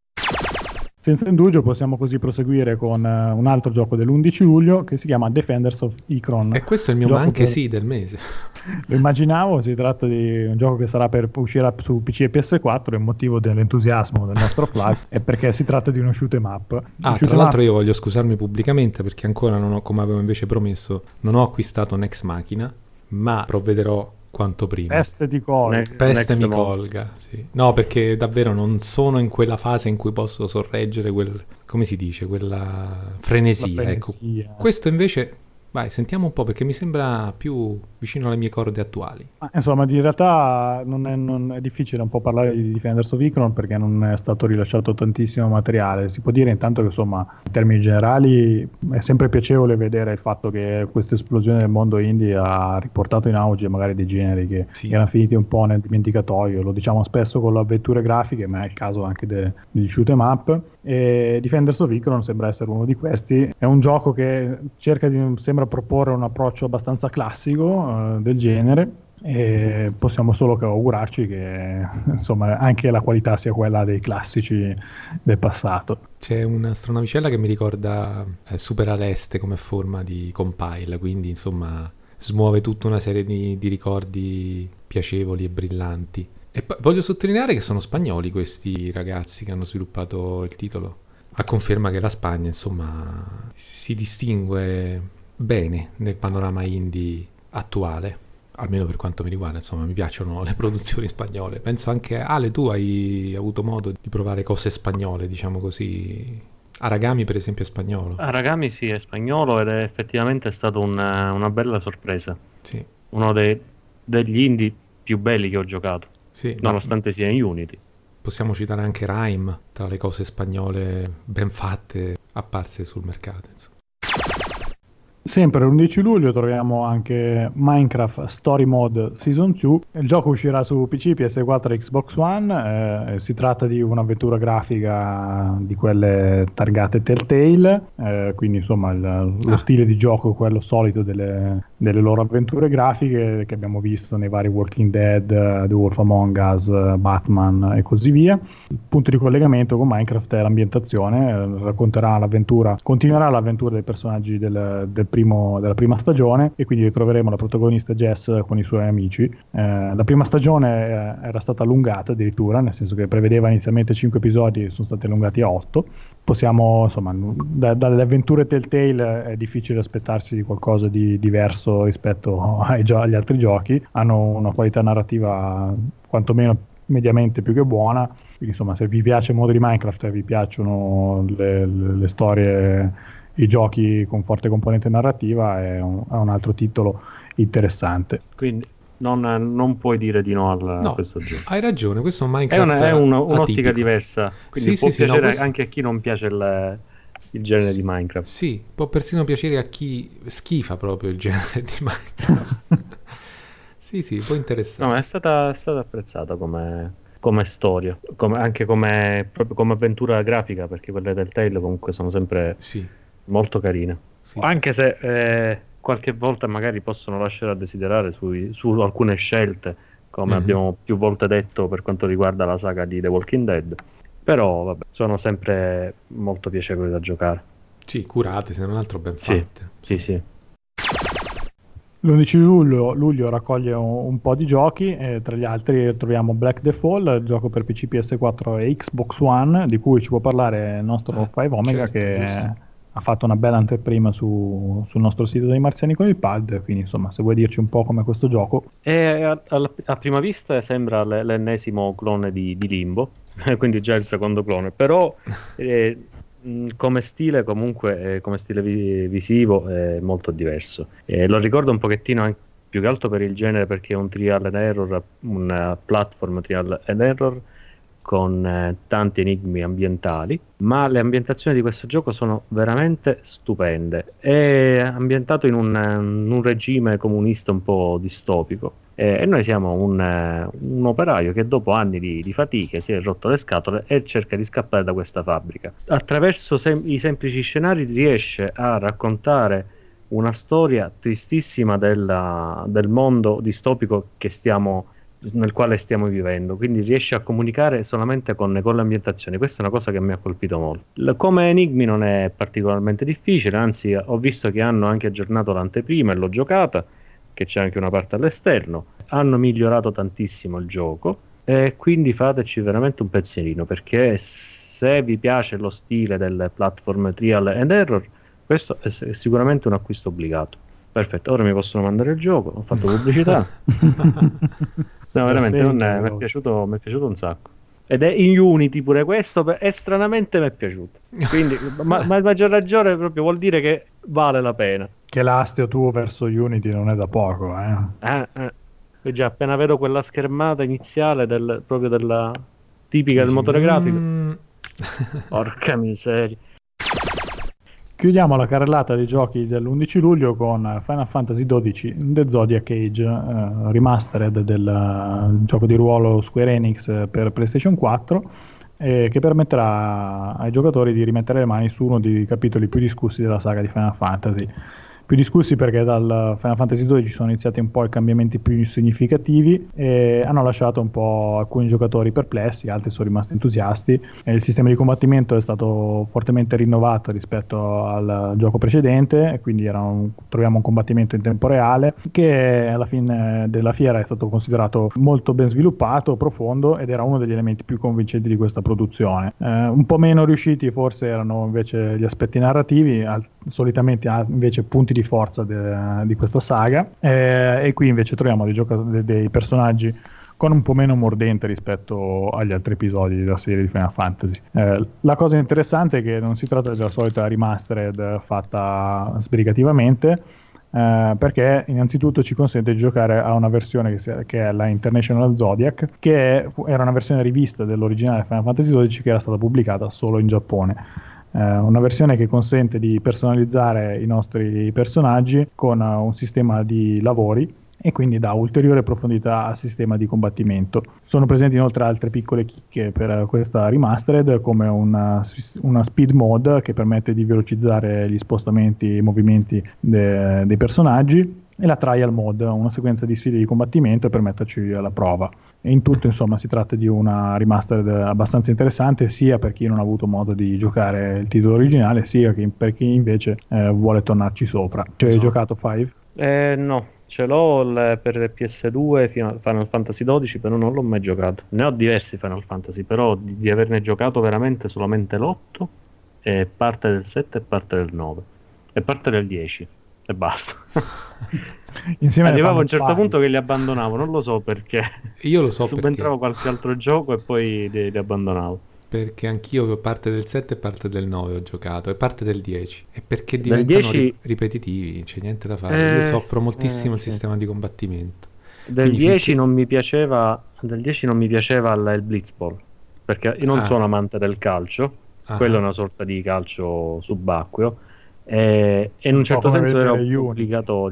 Senza indugio possiamo così proseguire con uh, un altro gioco dell'undici luglio che si chiama Defenders of Ikron. E questo è il mio ma anche per... sì del mese. Lo immaginavo, si tratta di un gioco che sarà per uscire su P C e P S quattro, il motivo dell'entusiasmo del nostro flag è perché si tratta di uno shoot 'em up. Ah, tra l'altro io voglio scusarmi pubblicamente perché ancora non ho, come avevo invece promesso, non ho acquistato Nex Machina, ma provvederò quanto prima. Peste ti colga. Ne- Peste mi colga, sì. No, perché davvero non sono in quella fase in cui posso sorreggere quel, come si dice, quella frenesia, frenesia. Ecco. Questo invece, vai, sentiamo un po' perché mi sembra più vicino alle mie corde attuali. Ma, insomma, in realtà non è, non è difficile un po' parlare di Defenders of Ikron perché non è stato rilasciato tantissimo materiale. Si può dire intanto che insomma in termini generali è sempre piacevole vedere il fatto che questa esplosione del mondo indie ha riportato in auge magari dei generi che sì. erano finiti un po' nel dimenticatoio. Lo diciamo spesso con le avventure grafiche, ma è il caso anche de, degli shoot 'em up. E Defenders of Ikron sembra essere uno di questi. È un gioco che cerca di sembra proporre un approccio abbastanza classico del genere, e possiamo solo che augurarci che insomma anche la qualità sia quella dei classici del passato. C'è un'astronavicella che mi ricorda eh, Super Aleste come forma di compile, quindi insomma smuove tutta una serie di, di ricordi piacevoli e brillanti. E poi voglio sottolineare che sono spagnoli questi ragazzi che hanno sviluppato il titolo, a conferma che la Spagna insomma si distingue bene nel panorama indie attuale, almeno per quanto mi riguarda. Insomma, mi piacciono le produzioni spagnole. Penso anche, Ale, tu hai avuto modo di provare cose spagnole, diciamo così. Aragami per esempio è spagnolo. Aragami sì, è spagnolo ed è effettivamente stato una, una bella sorpresa. Sì. Uno dei, degli indie più belli che ho giocato, sì, nonostante no. sia in Unity. Possiamo citare anche Rime tra le cose spagnole ben fatte apparse sul mercato, insomma. Sempre l'undici luglio troviamo anche Minecraft Story Mode Season due. Il gioco uscirà su P C, P S quattro e Xbox One. Eh, si tratta di un'avventura grafica di quelle targate Telltale, eh, quindi insomma il, lo stile di gioco è quello solito delle, delle loro avventure grafiche che abbiamo visto nei vari Walking Dead, The Wolf Among Us, Batman e così via. Il punto di collegamento con Minecraft è l'ambientazione, eh, racconterà l'avventura, continuerà l'avventura dei personaggi del, del primo, della prima stagione, e quindi ritroveremo la protagonista Jess con i suoi amici. Eh, la prima stagione eh, era stata allungata addirittura, nel senso che prevedeva inizialmente cinque episodi e sono stati allungati a otto. Possiamo, insomma, da, dalle avventure Telltale è difficile aspettarsi di qualcosa di diverso rispetto ai gio- agli altri giochi. Hanno una qualità narrativa quantomeno mediamente più che buona, quindi insomma se vi piace il modo di Minecraft e vi piacciono le, le, le storie, i giochi con forte componente narrativa, è un, è un altro titolo interessante. Quindi non, non puoi dire di no, al, no a questo gioco. Hai ragione, questo è un Minecraft è, una, è una, un'ottica atipico. Diversa, quindi sì, può sì, piacere sì, no, questo... anche a chi non piace il, il genere sì, di Minecraft. Sì, può persino piacere a chi schifa proprio il genere di Minecraft. Sì, sì, può interessare. No, ma è stata, è stata apprezzata come, come storia, come, anche come, proprio come avventura grafica, perché quelle del Telltale comunque sono sempre sì. molto carine. Sì, anche sì. se eh, qualche volta magari possono lasciare a desiderare sui, su alcune scelte come mm-hmm. abbiamo più volte detto per quanto riguarda la saga di The Walking Dead. Però vabbè, sono sempre molto piacevoli da giocare. Sì, curate, se non altro ben fatte. Sì, sì, sì. L'undici luglio, luglio raccoglie un, un po' di giochi, e tra gli altri troviamo Black the Fall, gioco per P C, P S quattro e Xbox One, di cui ci può parlare il nostro ah, five Omega, certo, che giusto. ha fatto una bella anteprima su, sul nostro sito dei Marziani con il Pad, quindi insomma se vuoi dirci un po' com'è questo gioco. E a, a, a prima vista sembra l- l'ennesimo clone di, di Limbo, quindi già il secondo clone, però eh, come stile comunque, eh, come stile vi- visivo è molto diverso. Eh, lo ricordo un pochettino anche più che altro per il genere, perché è un trial and error, un platform trial and error con eh, tanti enigmi ambientali, ma le ambientazioni di questo gioco sono veramente stupende. È ambientato in un, in un regime comunista un po' distopico, e, e noi siamo un, un operaio che dopo anni di, di fatiche si è rotto le scatole e cerca di scappare da questa fabbrica. Attraverso sem- i semplici scenari riesce a raccontare una storia tristissima della, del mondo distopico che stiamo nel quale stiamo vivendo, quindi riesce a comunicare solamente con, con le ambientazioni. Questa è una cosa che mi ha colpito molto. L- come enigmi non è particolarmente difficile, anzi ho visto che hanno anche aggiornato l'anteprima e l'ho giocata, che c'è anche una parte all'esterno, hanno migliorato tantissimo il gioco, e quindi fateci veramente un pensierino, perché se vi piace lo stile del platform trial and error, questo è, è sicuramente un acquisto obbligato. Perfetto, ora mi possono mandare il gioco, ho fatto pubblicità. No, veramente non è, mi è piaciuto, mi è piaciuto un sacco. Ed è in Unity pure questo, e stranamente mi è piaciuto. Quindi, ma, ma a maggior ragione proprio vuol dire che vale la pena. Che l'astio tuo verso Unity non è da poco, eh. Eh, eh. Già, appena vedo quella schermata iniziale del, proprio della tipica del motore grafico. Mm. Porca miseria. Chiudiamo la carrellata dei giochi dell'undici luglio con Final Fantasy dodici The Zodiac Age, eh, remastered del uh, gioco di ruolo Square Enix per PlayStation quattro, eh, che permetterà ai giocatori di rimettere le mani su uno dei capitoli più discussi della saga di Final Fantasy. Più discussi perché dal Final Fantasy dodici sono iniziati un po' i cambiamenti più significativi e hanno lasciato un po' alcuni giocatori perplessi, altri sono rimasti entusiasti, e il sistema di combattimento è stato fortemente rinnovato rispetto al gioco precedente, e quindi era un, troviamo un combattimento in tempo reale che alla fine della fiera è stato considerato molto ben sviluppato, profondo, ed era uno degli elementi più convincenti di questa produzione. Eh, un po' meno riusciti forse erano invece gli aspetti narrativi, al, solitamente ha invece punti di di forza de, di questa saga, eh, e qui invece troviamo dei, gioca- dei personaggi con un po' meno mordente rispetto agli altri episodi della serie di Final Fantasy. Eh, la cosa interessante è che non si tratta della solita remastered fatta sbrigativamente, eh, perché innanzitutto ci consente di giocare a una versione che, si, che è la International Zodiac, che è, era una versione rivista dell'originale Final Fantasy dodici che era stata pubblicata solo in Giappone. Eh, una versione che consente di personalizzare i nostri personaggi con uh, un sistema di lavori, e quindi dà ulteriore profondità al sistema di combattimento. Sono presenti inoltre altre piccole chicche per uh, questa remastered, come una, una speed mode che permette di velocizzare gli spostamenti e i movimenti de- dei personaggi, e la trial mode, una sequenza di sfide di combattimento per metterci alla prova. E in tutto, insomma, si tratta di una remastered abbastanza interessante, sia per chi non ha avuto modo di giocare il titolo originale, sia che per chi invece eh, vuole tornarci sopra. Ci hai giocato Five? Eh, no, ce l'ho l- per P S due Final, Final Fantasy dodici, però non l'ho mai giocato. Ne ho diversi Final Fantasy, però di, di averne giocato veramente solamente l'otto, e parte del sette e parte del nove e parte del dieci. E basta. Insieme arrivavo a un certo five. punto che li abbandonavo, non lo so perché. Io lo so subentravo perché. qualche altro gioco e poi li, li abbandonavo. Perché anch'io parte del sette e parte del nove ho giocato, e parte del dieci. E perché diventano dieci... ri- ripetitivi, c'è niente da fare. Eh, Io soffro moltissimo eh, il sì. sistema di combattimento. Del Quindi dieci finché... non mi piaceva, del dieci non mi piaceva il, il Blitzball, perché io non Ah. sono amante del calcio, Ah. quello è una sorta di calcio subacqueo, e, e in un certo come senso era vedere Unity. obbligatorio.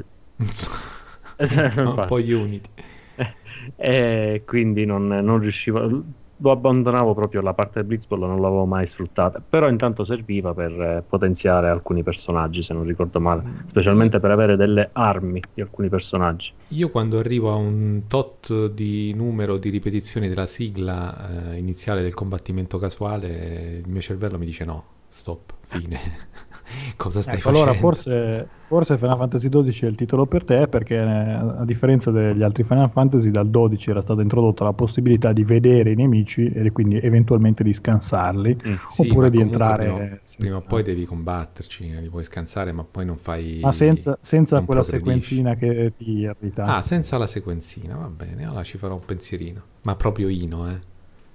Un po' Unity. E quindi non, non riuscivo. lo abbandonavo proprio, la parte del Blitzball non l'avevo mai sfruttata, però intanto serviva per eh, potenziare alcuni personaggi, se non ricordo male, specialmente per avere delle armi di alcuni personaggi. Io quando arrivo a un tot di numero di ripetizioni della sigla eh, iniziale del combattimento casuale, il mio cervello mi dice no, stop, fine. Cosa stai ecco, facendo? allora forse, forse Final Fantasy dodici è il titolo per te, perché eh, a differenza degli altri Final Fantasy, dal dodici era stata introdotta la possibilità di vedere i nemici e quindi eventualmente di scansarli, Mm, sì, oppure ma di comunque entrare prima, senza- prima o poi devi combatterci, li puoi scansare, ma poi non fai... ma senza, senza non quella progredisci. sequenzina che ti irrita. Ah, senza la sequenzina, va bene, allora ci farò un pensierino. Ma proprio Ino, eh.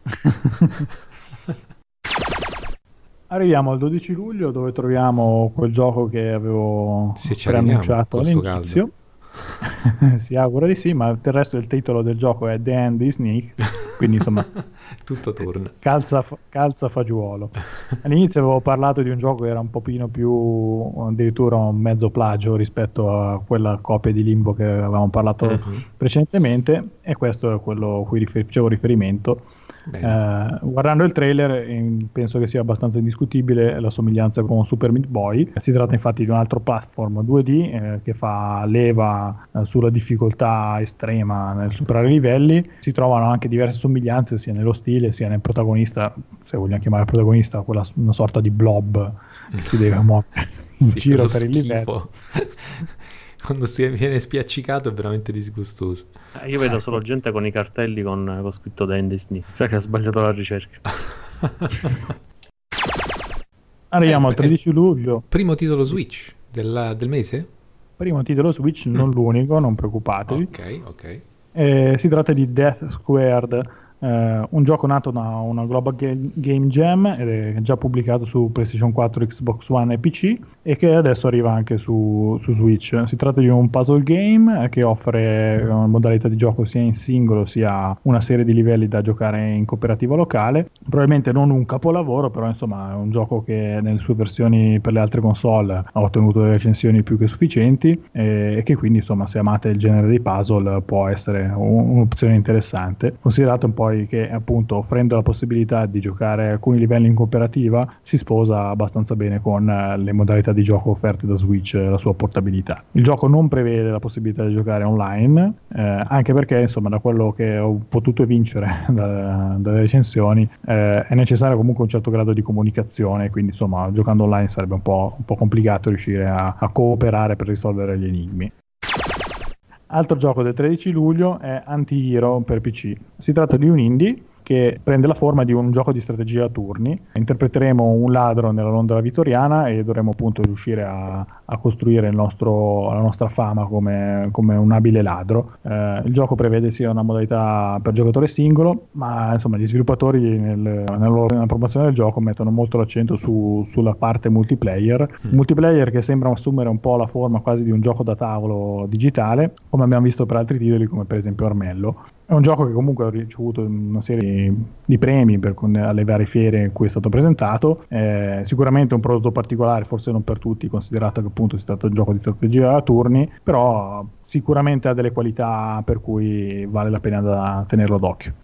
Arriviamo al dodici luglio, dove troviamo quel gioco che avevo Se ci arriviamo, preannunciato con sto all'inizio. Si augura di sì, ma del resto il titolo del gioco è The End is Sneak, quindi insomma Tutto torna. calza, calza fagiolo. All'inizio avevo parlato di un gioco che era un pochino più, addirittura un mezzo plagio rispetto a quella copia di Limbo che avevamo parlato Mhm. precedentemente, e questo è quello a cui rifer- facevo riferimento. Bene. Eh, guardando il trailer eh, penso che sia abbastanza indiscutibile la somiglianza con Super Meat Boy. Si tratta infatti di un altro platform due D eh, che fa leva eh, sulla difficoltà estrema nel superare i livelli. Si trovano anche diverse somiglianze sia nello stile sia nel protagonista, se vogliamo chiamare protagonista, quella, una sorta di blob che si deve muovere in Sì, giro quello per il livello. schifo. Quando si viene spiaccicato è veramente disgustoso. Eh, io vedo solo gente con i cartelli con, con scritto The End is Sneak. Sai che ha sbagliato la ricerca. Arriviamo Eh, al tredici luglio, Primo titolo Switch della- del mese? primo titolo Switch, non l'unico, non preoccupatevi. Ok, ok. Eh, si tratta di Death Squared, eh, un gioco nato da una Global Ga- Game Jam ed è già pubblicato su PlayStation quattro, Xbox One e P C, e che adesso arriva anche su, su Switch. Si tratta di un puzzle game eh, che offre una modalità di gioco sia in singolo sia una serie di livelli da giocare in cooperativa locale. Probabilmente non un capolavoro, però insomma è un gioco che nelle sue versioni per le altre console ha ottenuto delle recensioni più che sufficienti e, e che quindi insomma, se amate il genere dei puzzle, può essere un- un'opzione interessante, considerato un po' che appunto offrendo la possibilità di giocare alcuni livelli in cooperativa si sposa abbastanza bene con eh, le modalità di gioco offerte da Switch, eh, la sua portabilità. Il gioco non prevede la possibilità di giocare online, eh, anche perché insomma da quello che ho potuto vincere da- dalle recensioni eh, è necessario comunque un certo grado di comunicazione, quindi insomma giocando online sarebbe un po', un po' complicato riuscire a, a cooperare per risolvere gli enigmi. Altro gioco del tredici luglio è Anti-Hero per P C. Si tratta di un indie che prende la forma di un gioco di strategia a turni. Interpreteremo un ladro nella Londra vittoriana e dovremo appunto riuscire a, a costruire il nostro, la nostra fama come, come un abile ladro. Eh, il gioco prevede sia una modalità per giocatore singolo, ma insomma gli sviluppatori nel, nella, loro- nella promozione del gioco mettono molto l'accento su- sulla parte multiplayer. Mm. Multiplayer che sembra assumere un po' la forma quasi di un gioco da tavolo digitale, come abbiamo visto per altri titoli come per esempio Armello. È un gioco che comunque ha ricevuto una serie di premi per, con, alle varie fiere in cui è stato presentato. Eh, sicuramente un prodotto particolare, forse non per tutti, considerato che appunto si tratta di un gioco di strategia a turni, però sicuramente ha delle qualità per cui vale la pena da tenerlo d'occhio.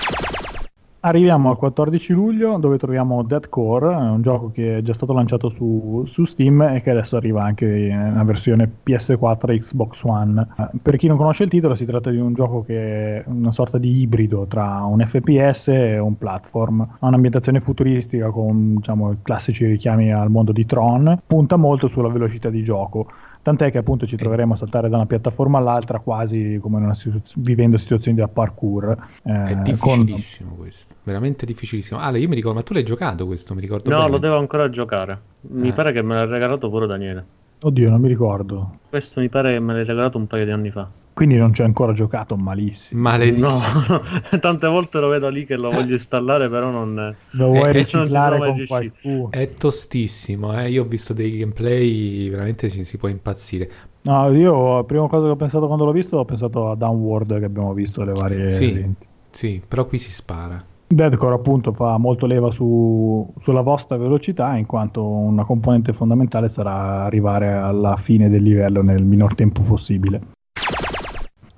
Arriviamo al quattordici luglio, dove troviamo Dead Core, un gioco che è già stato lanciato su, su Steam e che adesso arriva anche in una versione P S quattro e Xbox One. Eh, Per chi non conosce il titolo, si tratta di un gioco che è una sorta di ibrido tra un F P S e un platform. Ha un'ambientazione futuristica con, diciamo, i classici richiami al mondo di Tron, punta molto sulla velocità di gioco. Tant'è che appunto ci troveremo a saltare da una piattaforma all'altra quasi come in una situ- vivendo situazioni da parkour. È eh, con- difficilissimo questo, veramente difficilissimo. Ale, io mi ricordo, ma tu l'hai giocato questo, mi ricordo No, bene. lo devo ancora giocare. Mi Eh. pare che me l'ha regalato pure Daniele. Oddio, non mi ricordo. Questo mi pare che me l'hai regalato un paio di anni fa. Quindi non c'è ancora giocato, malissimo. Maledizione. No, tante volte lo vedo lì che lo voglio installare, però non... Lo vuoi Eh, eh, non ci sono riciclare mai con riuscito. qualcuno? È tostissimo, eh. Io ho visto dei gameplay, veramente si, si può impazzire. No, io la prima cosa che ho pensato quando l'ho visto, ho pensato a Downward che abbiamo visto le varie Sì, eventi. sì, però qui si spara. Deadcore appunto fa molto leva su- sulla vostra velocità, in quanto una componente fondamentale sarà arrivare alla fine del livello nel minor tempo possibile.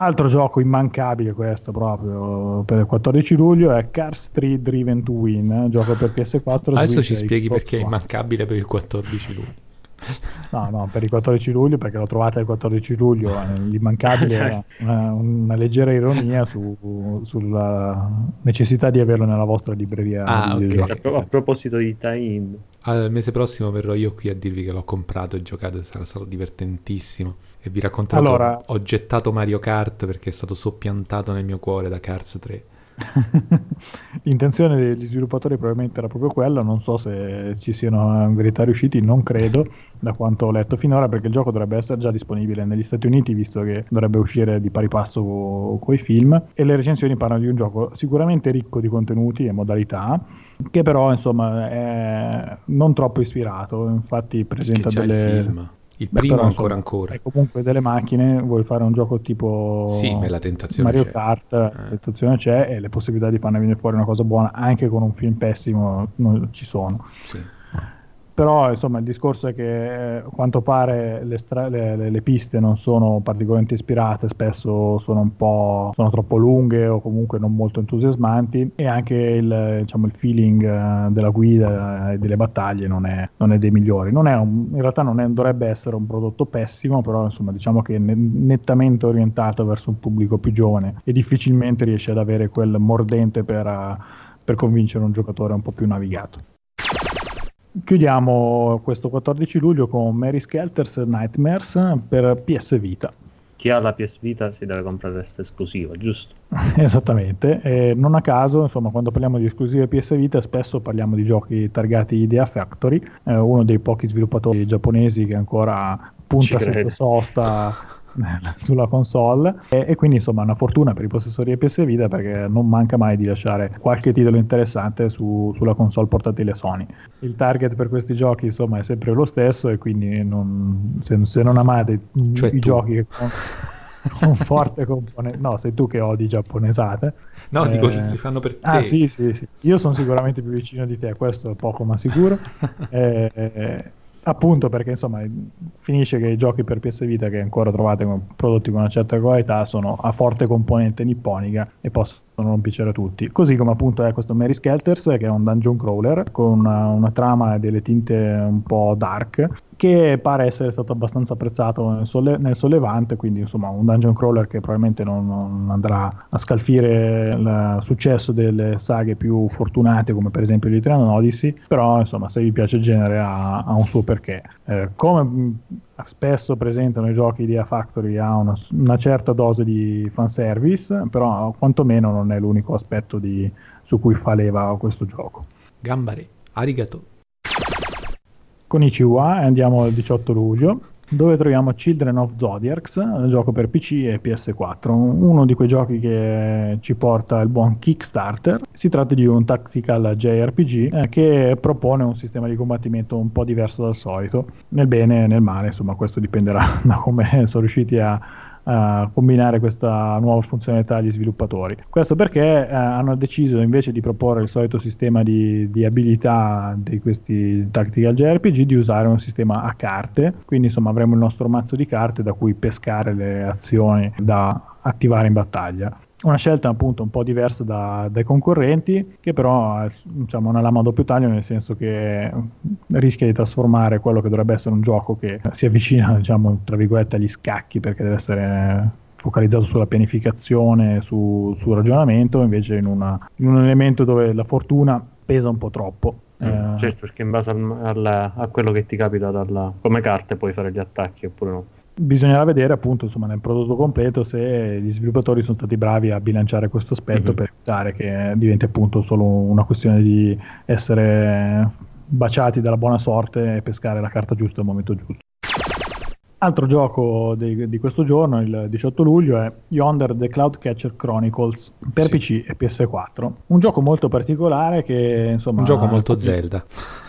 Altro gioco immancabile questo proprio per il quattordici luglio è Cars tre Driven to Win, eh? Gioco per P S quattro. Adesso Switch ci spieghi Xbox perché è One. immancabile per il quattordici luglio. No, no, per il quattordici luglio, perché l'ho trovata il quattordici luglio, l'immancabile è una, una leggera ironia su, sulla necessità di averlo nella vostra libreria Ah, di ok. videogiochi. A, pro- a proposito di tie-in, Al mese prossimo verrò io qui a dirvi che l'ho comprato e giocato e sarà stato divertentissimo. E vi racconterò Allora- che ho gettato Mario Kart perché è stato soppiantato nel mio cuore da Cars tre. L'intenzione degli sviluppatori probabilmente era proprio quella, non so se ci siano in verità riusciti, non credo, da quanto ho letto finora, perché il gioco dovrebbe essere già disponibile negli Stati Uniti, visto che dovrebbe uscire di pari passo con i film, e le recensioni parlano di un gioco sicuramente ricco di contenuti e modalità, che però insomma è non troppo ispirato, infatti presenta Perché c'è delle... il film. Il Beh, primo però, ancora insomma, ancora. è comunque delle macchine, vuoi fare un gioco tipo Sì, beh, la tentazione Mario c'è. Kart, la Eh. tentazione c'è e le possibilità di farne venire fuori una cosa buona anche con un film pessimo non ci sono. Sì. Però insomma il discorso è che eh, a quanto pare le, stra- le, le- le piste non sono particolarmente ispirate, spesso sono un po' sono troppo lunghe o comunque non molto entusiasmanti, e anche il, diciamo, il feeling eh, della guida e delle battaglie non è, non è dei migliori. Non è un- in realtà non è- dovrebbe essere un prodotto pessimo, però insomma diciamo che è ne- nettamente orientato verso un pubblico più giovane e difficilmente riesce ad avere quel mordente per, eh, per convincere un giocatore un po' più navigato. Chiudiamo questo quattordici luglio con Mary Skelter's Nightmares per P S Vita. chi ha la P S Vita si deve comprare questa esclusiva, giusto? Esattamente, e non a caso, insomma, quando parliamo di esclusive P S Vita spesso parliamo di giochi targati Idea Factory, eh, uno dei pochi sviluppatori giapponesi che ancora punta Ci credo. senza sosta sulla console, e, e quindi insomma una fortuna per i possessori di P S Vita, perché non manca mai di lasciare qualche titolo interessante su- sulla console portatile Sony. Il target per questi giochi insomma è sempre lo stesso, e quindi non- se, se non amate i, Cioè i tu. giochi che con, con forte componente, no, sei tu che odi giapponesate. No, Eh, dico, li fanno per te. Ah sì, sì, sì, io sono sicuramente più vicino di te, questo è poco ma sicuro. Eh, eh, appunto perché insomma finisce che i giochi per P S Vita che ancora trovate con prodotti con una certa qualità sono a forte componente nipponica e possono non piacere a tutti, così come appunto è questo Mary Skelters, che è un dungeon crawler con una, una trama e delle tinte un po' dark, che pare essere stato abbastanza apprezzato nel, solle- nel sollevante, quindi insomma un dungeon crawler che probabilmente non, non andrà a scalfire il successo delle saghe più fortunate come per esempio di Trian Odyssey, però insomma se vi piace il genere ha, ha un suo perché. Eh, come mh, spesso presentano i giochi di A Factory, ha una, una certa dose di fanservice, però quantomeno non è l'unico aspetto di, su cui fa leva questo gioco. Gambare, arigato. Con Ichiwa andiamo al diciotto luglio, dove troviamo Children of Zodiacs, un gioco per P C e P S quattro, uno di quei giochi che ci porta il buon Kickstarter. Si tratta di un tactical J R P G eh, che propone un sistema di combattimento un po' diverso dal solito, nel bene e nel male, insomma questo dipenderà da come sono riusciti a a combinare questa nuova funzionalità agli sviluppatori. Questo perché eh, hanno deciso, invece di proporre il solito sistema di, di abilità di questi tactical J R P G, di usare un sistema a carte, quindi insomma avremo il nostro mazzo di carte da cui pescare le azioni da attivare in battaglia. Una scelta appunto un po' diversa da, dai concorrenti, che però è, diciamo, una lama a doppio taglio, nel senso che rischia di trasformare quello che dovrebbe essere un gioco che si avvicina, diciamo, tra virgolette, agli scacchi, perché deve essere focalizzato sulla pianificazione, su, sul ragionamento, invece in, una, in un elemento dove la fortuna pesa un po' troppo. Mm, Eh, certo, perché in base al- al- a quello che ti capita dalla, come carte puoi fare gli attacchi oppure no. Bisognerà vedere appunto insomma nel prodotto completo se gli sviluppatori sono stati bravi a bilanciare questo aspetto Mhm. per evitare che diventi appunto solo una questione di essere baciati dalla buona sorte e pescare la carta giusta al momento giusto. Altro gioco di, di questo giorno, il diciotto luglio, è Yonder the Cloudcatcher Chronicles per Sì. P C e P S quattro. Un gioco molto particolare che insomma... Un gioco molto Zelda.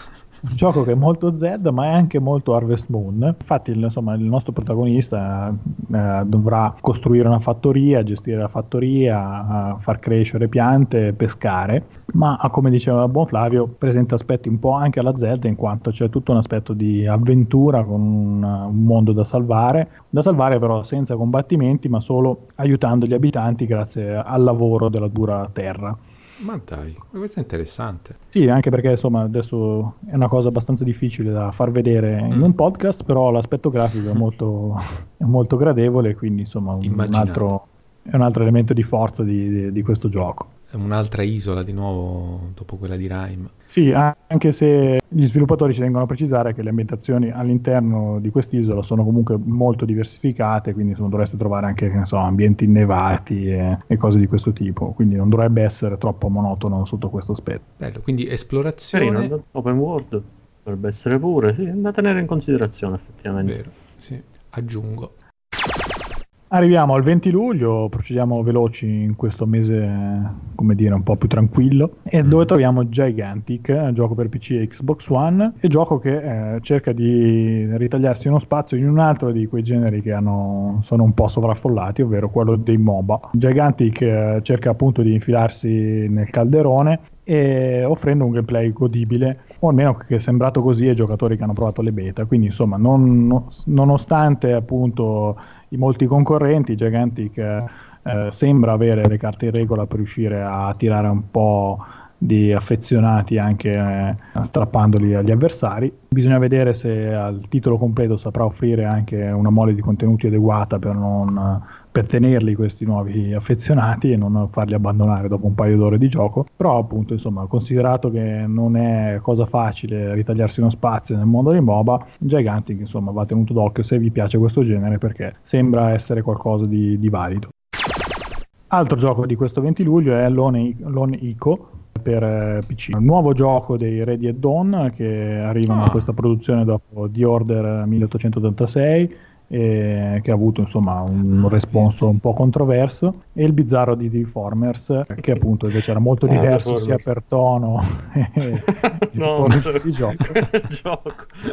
un gioco che è molto Z ma è anche molto Harvest Moon. Infatti insomma, il nostro protagonista eh, dovrà costruire una fattoria, gestire la fattoria, far crescere piante, pescare, ma come diceva buon Flavio presenta aspetti un po' anche alla Zelda, in quanto c'è tutto un aspetto di avventura con un, un mondo da salvare, da salvare però senza combattimenti ma solo aiutando gli abitanti grazie al lavoro della dura terra. Ma dai, questo è interessante. Sì, anche perché insomma adesso è una cosa abbastanza difficile da far vedere in mm. un podcast, però l'aspetto grafico è molto, è molto gradevole, quindi insomma un, un altro, è un altro elemento di forza di, di, di questo gioco. È un'altra isola di nuovo dopo quella di Rime. Sì, anche se gli sviluppatori ci tengono a precisare che le ambientazioni all'interno di quest'isola sono comunque molto diversificate, quindi insomma, dovreste trovare anche che ne so, ambienti innevati e, e cose di questo tipo, quindi non dovrebbe essere troppo monotono sotto questo aspetto. Bello, quindi esplorazione... Sì, open world dovrebbe essere pure, sì, da tenere in considerazione effettivamente. Vero, sì, aggiungo. Arriviamo al venti luglio, procediamo veloci in questo mese, come dire, un po' più tranquillo, e mm. dove troviamo Gigantic, gioco per P C e Xbox One, e gioco che eh, cerca di ritagliarsi uno spazio in un altro di quei generi che hanno, sono un po' sovraffollati, ovvero quello dei MOBA. Gigantic eh, cerca appunto di infilarsi nel calderone e offrendo un gameplay godibile, o almeno che è sembrato così ai giocatori che hanno provato le beta, quindi insomma non, no, nonostante appunto i molti concorrenti, Gigantic eh, eh, sembra avere le carte in regola per riuscire a attirare un po' di affezionati anche eh, strappandoli agli avversari. Bisogna vedere se al titolo completo saprà offrire anche una mole di contenuti adeguata per non per tenerli questi nuovi affezionati e non farli abbandonare dopo un paio d'ore di gioco. Però appunto insomma, considerato che non è cosa facile ritagliarsi uno spazio nel mondo dei MOBA, Gigantic insomma va tenuto d'occhio se vi piace questo genere, perché sembra essere qualcosa di, di valido. Altro gioco di questo venti luglio è Lone, Lone Echo per eh, P C, un nuovo gioco dei Ready at Dawn che arrivano ah. a questa produzione dopo The Order milleottocentottantasei, e che ha avuto insomma un responso un po' controverso, e il bizzarro di The Formers, che appunto invece era molto diverso sia per tono e no, di gioco. gioco.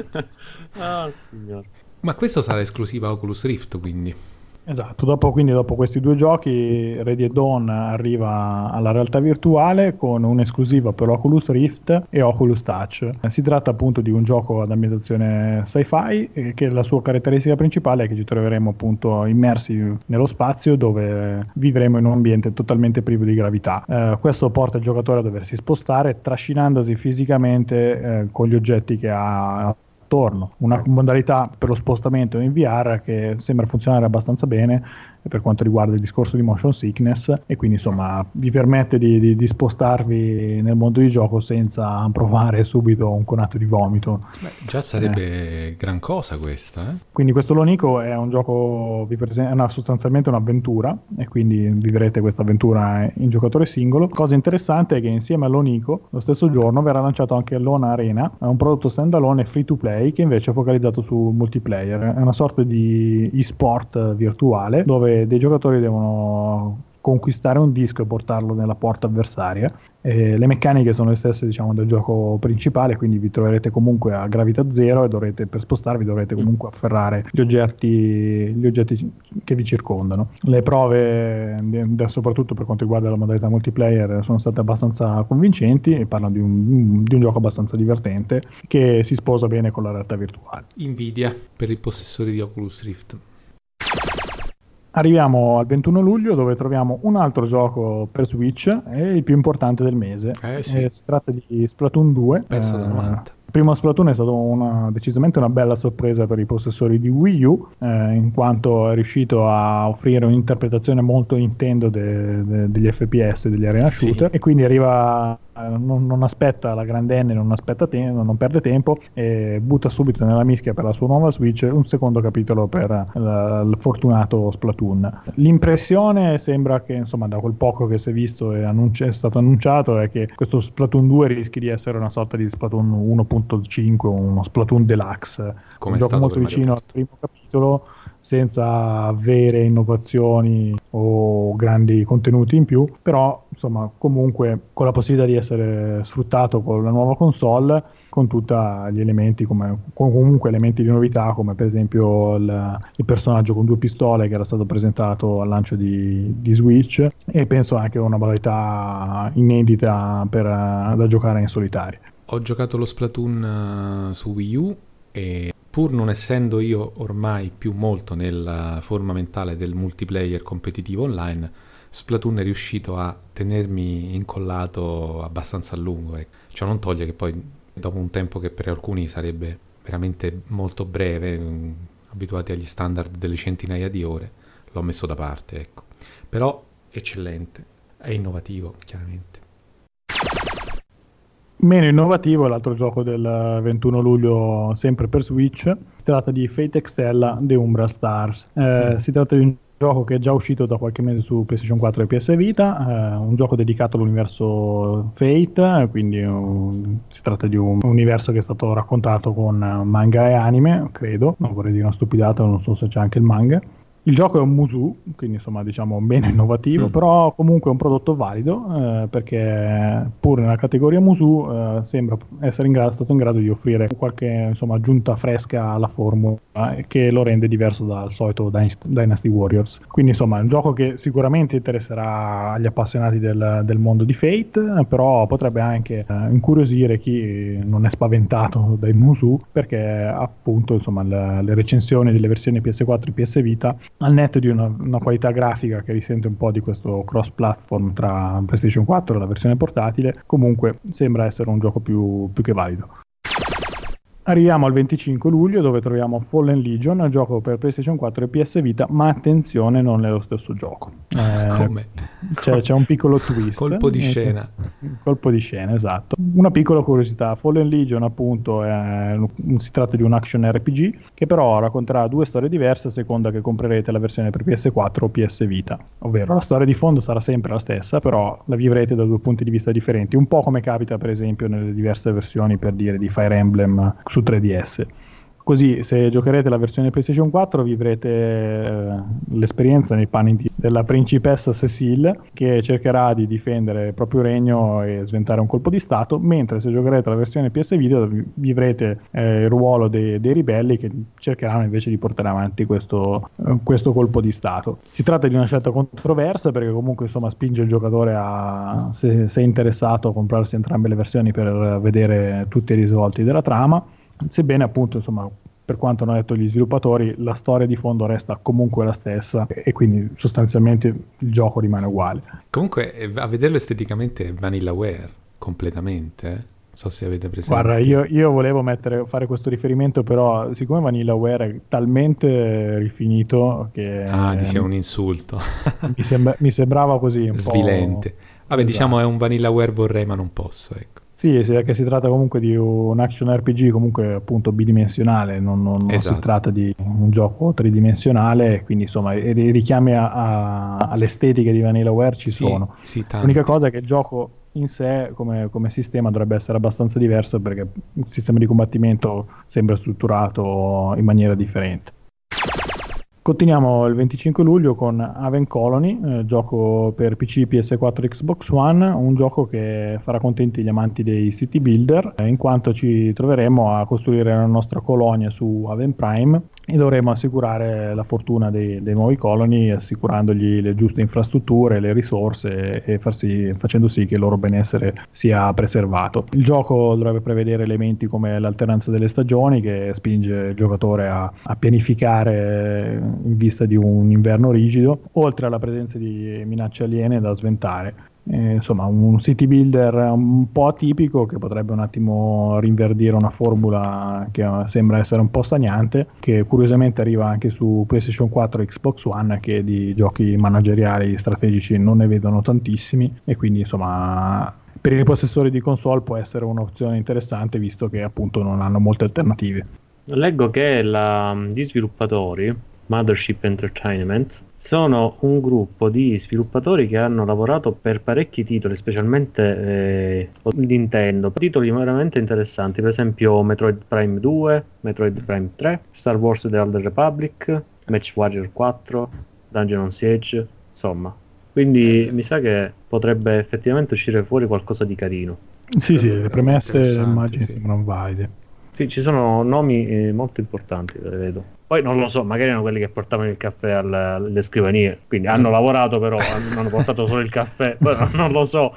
Ah, signor. Ma questo sarà esclusiva Oculus Rift, quindi? Esatto, dopo, quindi dopo questi due giochi Ready at Dawn arriva alla realtà virtuale con un'esclusiva per Oculus Rift e Oculus Touch. Si tratta appunto di un gioco ad ambientazione sci-fi e che la sua caratteristica principale è che ci troveremo appunto immersi nello spazio, dove vivremo in un ambiente totalmente privo di gravità. Eh, questo porta il giocatore a doversi spostare trascinandosi fisicamente eh, con gli oggetti che ha attorno. Una modalità per lo spostamento in V R che sembra funzionare abbastanza bene per quanto riguarda il discorso di motion sickness, e quindi insomma vi permette di, di, di spostarvi nel mondo di gioco senza provare subito un conato di vomito. Beh, già sarebbe eh. gran cosa questa, eh? Quindi questo Lonico è un gioco, vi presen- è una, sostanzialmente un'avventura, e quindi vivrete questa avventura in giocatore singolo. Cosa interessante è che insieme a Lonico lo stesso giorno verrà lanciato anche Lona Arena, un prodotto standalone free to play che invece è focalizzato su multiplayer. È una sorta di e-sport virtuale dove dei giocatori devono conquistare un disco e portarlo nella porta avversaria. E le meccaniche sono le stesse, diciamo, del gioco principale, quindi vi troverete comunque a gravità zero e dovrete, per spostarvi dovrete comunque afferrare gli oggetti, gli oggetti che vi circondano. Le prove, soprattutto per quanto riguarda la modalità multiplayer, sono state abbastanza convincenti e parlano di un, di un gioco abbastanza divertente che si sposa bene con la realtà virtuale. Invidia per i possessori di Oculus Rift. Arriviamo al ventuno luglio, dove troviamo un altro gioco per Switch, e il più importante del mese. Eh sì. eh, si tratta di Splatoon due. Pezzo da novanta. Il primo Splatoon è stato una, decisamente una bella sorpresa per i possessori di Wii U, eh, in quanto è riuscito a offrire un'interpretazione molto Nintendo de, de, degli F P S, degli arena shooter, sì. E quindi arriva, non, non aspetta la grandenne, non aspetta tempo, non perde tempo e butta subito nella mischia per la sua nuova Switch un secondo capitolo per la, il fortunato Splatoon. L'impressione sembra che, insomma, da quel poco che si è visto e annunci- è stato annunciato, è che questo Splatoon due rischi di essere una sorta di Splatoon uno punto cinque, uno Splatoon Deluxe, come un gioco molto vicino al primo capitolo, senza vere innovazioni o grandi contenuti in più, però insomma comunque con la possibilità di essere sfruttato con la nuova console, con tutti gli elementi, come con comunque elementi di novità, come per esempio il, il personaggio con due pistole che era stato presentato al lancio di, di Switch, e penso anche a una modalità inedita per, da giocare in solitario. Ho giocato lo Splatoon uh, su Wii U e pur non essendo io ormai più molto nella forma mentale del multiplayer competitivo online, Splatoon è riuscito a tenermi incollato abbastanza a lungo. Eh. Ciò non toglie che poi dopo un tempo che per alcuni sarebbe veramente molto breve, mh, abituati agli standard delle centinaia di ore, l'ho messo da parte, ecco. Però eccellente, è innovativo, chiaramente. Meno innovativo è l'altro gioco del ventuno luglio, sempre per Switch. Si tratta di Fate Extella The Umbra Stars. Eh, sì. Si tratta di un gioco che è già uscito da qualche mese su PlayStation quattro e P S Vita, eh, un gioco dedicato all'universo Fate, quindi um, si tratta di un universo che è stato raccontato con manga e anime, credo, non vorrei dire una stupidata, non so se c'è anche il manga. Il gioco è un Musou, quindi insomma diciamo meno innovativo, mm. però comunque è un prodotto valido, eh, perché pur nella categoria Musou eh, sembra essere in grado, stato in grado di offrire qualche insomma aggiunta fresca alla formula, eh, che lo rende diverso dal solito Dynasty Warriors. Quindi insomma è un gioco che sicuramente interesserà agli appassionati del, del mondo di Fate, però potrebbe anche eh, incuriosire chi non è spaventato dai Musou, perché appunto insomma le, le recensioni delle versioni P S quattro e P S Vita, al netto di una, una qualità grafica che risente un po' di questo cross-platform tra PlayStation quattro e la versione portatile, comunque sembra essere un gioco più, più che valido. Arriviamo al venticinque luglio, dove troviamo Fallen Legion, gioco per PlayStation quattro e P S Vita, ma attenzione, non è lo stesso gioco. Eh, Come? C'è, c'è un piccolo twist. Colpo di scena. Colpo di scena, esatto. Una piccola curiosità: Fallen Legion appunto è, si tratta di un action R P G che però racconterà due storie diverse a seconda che comprerete la versione per P S quattro o P S Vita. Ovvero la storia di fondo sarà sempre la stessa, però la vivrete da due punti di vista differenti, un po' come capita per esempio nelle diverse versioni, per dire, di Fire Emblem su tre D S. Così, se giocherete la versione PlayStation quattro, vivrete eh, l'esperienza nei panni di, della principessa Cecile, che cercherà di difendere il proprio regno e sventare un colpo di stato, mentre se giocherete la versione P S Vita vivrete eh, il ruolo dei, dei ribelli, che cercheranno invece di portare avanti questo, eh, questo colpo di stato. Si tratta di una scelta controversa, perché comunque insomma spinge il giocatore a, se, se è interessato, a comprarsi entrambe le versioni per vedere tutti i risvolti della trama. Sebbene appunto insomma, per quanto hanno detto gli sviluppatori, la storia di fondo resta comunque la stessa e quindi sostanzialmente il gioco rimane uguale. Comunque a vederlo esteticamente è Vanillaware completamente, eh? Non so se avete presente. Guarda, io, io volevo mettere, fare questo riferimento, però siccome Vanillaware è talmente rifinito che... Ah, dice un insulto. mi, sembra, mi sembrava così un svilente. po'... Vabbè, esatto. Diciamo è un Vanillaware vorrei ma non posso, ecco. Sì, perché si tratta comunque di un action R P G comunque appunto bidimensionale, non, non, non esatto. Si tratta di un gioco tridimensionale, quindi insomma i richiami a, a, all'estetica di Vanillaware ci sì, sono. Sì, l'unica cosa è che il gioco in sé come, come sistema dovrebbe essere abbastanza diverso, perché il sistema di combattimento sembra strutturato in maniera differente. Continuiamo il venticinque luglio con Haven Colony, eh, gioco per P C, P S quattro e Xbox One, un gioco che farà contenti gli amanti dei city builder, eh, in quanto ci troveremo a costruire la nostra colonia su Haven Prime e dovremo assicurare la fortuna dei, dei nuovi coloni, assicurandogli le giuste infrastrutture, le risorse e far sì, facendo sì che il loro benessere sia preservato. Il gioco dovrebbe prevedere elementi come l'alternanza delle stagioni, che spinge il giocatore a, a pianificare in vista di un inverno rigido, oltre alla presenza di minacce aliene da sventare. Eh, insomma, un city builder un po' atipico che potrebbe un attimo rinverdire una formula che sembra essere un po' stagnante, che curiosamente arriva anche su PlayStation quattro e Xbox One, che di giochi manageriali strategici non ne vedono tantissimi, e quindi insomma per i possessori di console può essere un'opzione interessante, visto che appunto non hanno molte alternative. Leggo che la, gli sviluppatori Mothership Entertainment sono un gruppo di sviluppatori che hanno lavorato per parecchi titoli, specialmente eh, Nintendo, titoli veramente interessanti, per esempio Metroid Prime due, Metroid Prime tre, Star Wars The Old Republic, Match Warrior quattro, Dungeon on Siege, insomma. Quindi mi sa che potrebbe effettivamente uscire fuori qualcosa di carino. Sì, sì, le premesse immagino sì. sembrano valide. Sì, ci sono nomi eh, molto importanti, le vedo. Poi non lo so, magari erano quelli che portavano il caffè alle, alle scrivanie, quindi hanno lavorato però, hanno portato solo il caffè, però non lo so.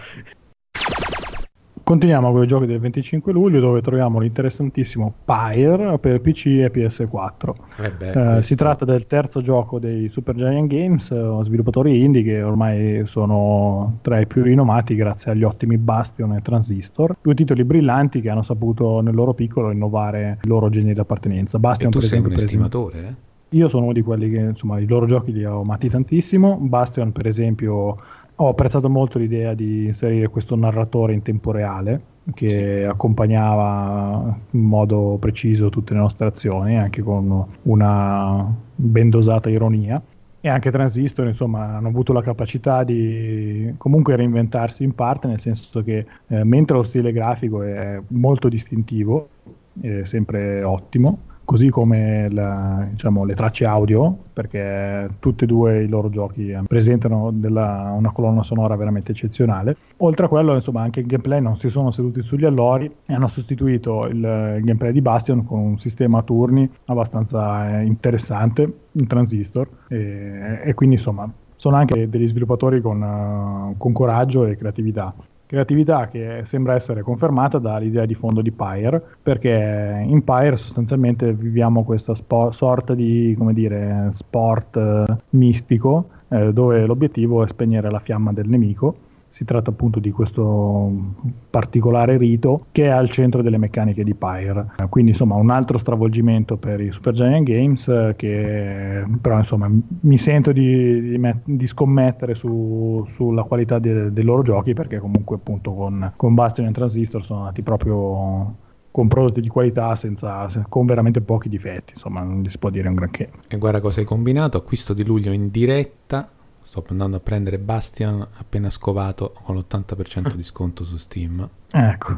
Continuiamo con i giochi del venticinque luglio, dove troviamo l'interessantissimo Pyre per P C e P S quattro. Eh beh, eh, questo... Si tratta del terzo gioco dei Supergiant Games, eh, sviluppatori indie che ormai sono tra i più rinomati grazie agli ottimi Bastion e Transistor, due titoli brillanti che hanno saputo nel loro piccolo innovare il loro genere di appartenenza. Bastion, e tu per sei esempio, un estimatore, eh? Io sono uno di quelli che, insomma, i loro giochi li ho amati tantissimo. Bastion, per esempio, ho apprezzato molto l'idea di inserire questo narratore in tempo reale che sì. accompagnava in modo preciso tutte le nostre azioni, anche con una ben dosata ironia. E anche Transistor, insomma, hanno avuto la capacità di comunque reinventarsi in parte, nel senso che eh, mentre lo stile grafico è molto distintivo, è sempre ottimo, così come la, diciamo, le tracce audio, perché tutti e due i loro giochi presentano della, una colonna sonora veramente eccezionale. Oltre a quello, insomma, anche il gameplay non si sono seduti sugli allori e hanno sostituito il, il gameplay di Bastion con un sistema a turni abbastanza eh, interessante, un Transistor, e, e quindi insomma sono anche degli sviluppatori con, uh, con coraggio e creatività. Creatività che sembra essere confermata dall'idea di fondo di Pyre, perché in Pyre sostanzialmente viviamo questa spo- sorta di, come dire, sport eh, mistico, eh, dove l'obiettivo è spegnere la fiamma del nemico. Si tratta appunto di questo particolare rito che è al centro delle meccaniche di Pyre. Quindi insomma un altro stravolgimento per i Supergiant Games eh, che però insomma mi sento di, di, met- di scommettere su, sulla qualità de- dei loro giochi, perché comunque appunto con, con Bastion e Transistor sono nati proprio con prodotti di qualità senza, con veramente pochi difetti, insomma non gli si può dire un granché. E guarda cosa hai combinato, acquisto di luglio in diretta. Sto andando a prendere Bastion appena scovato con l'ottanta per cento di sconto su Steam. Ecco.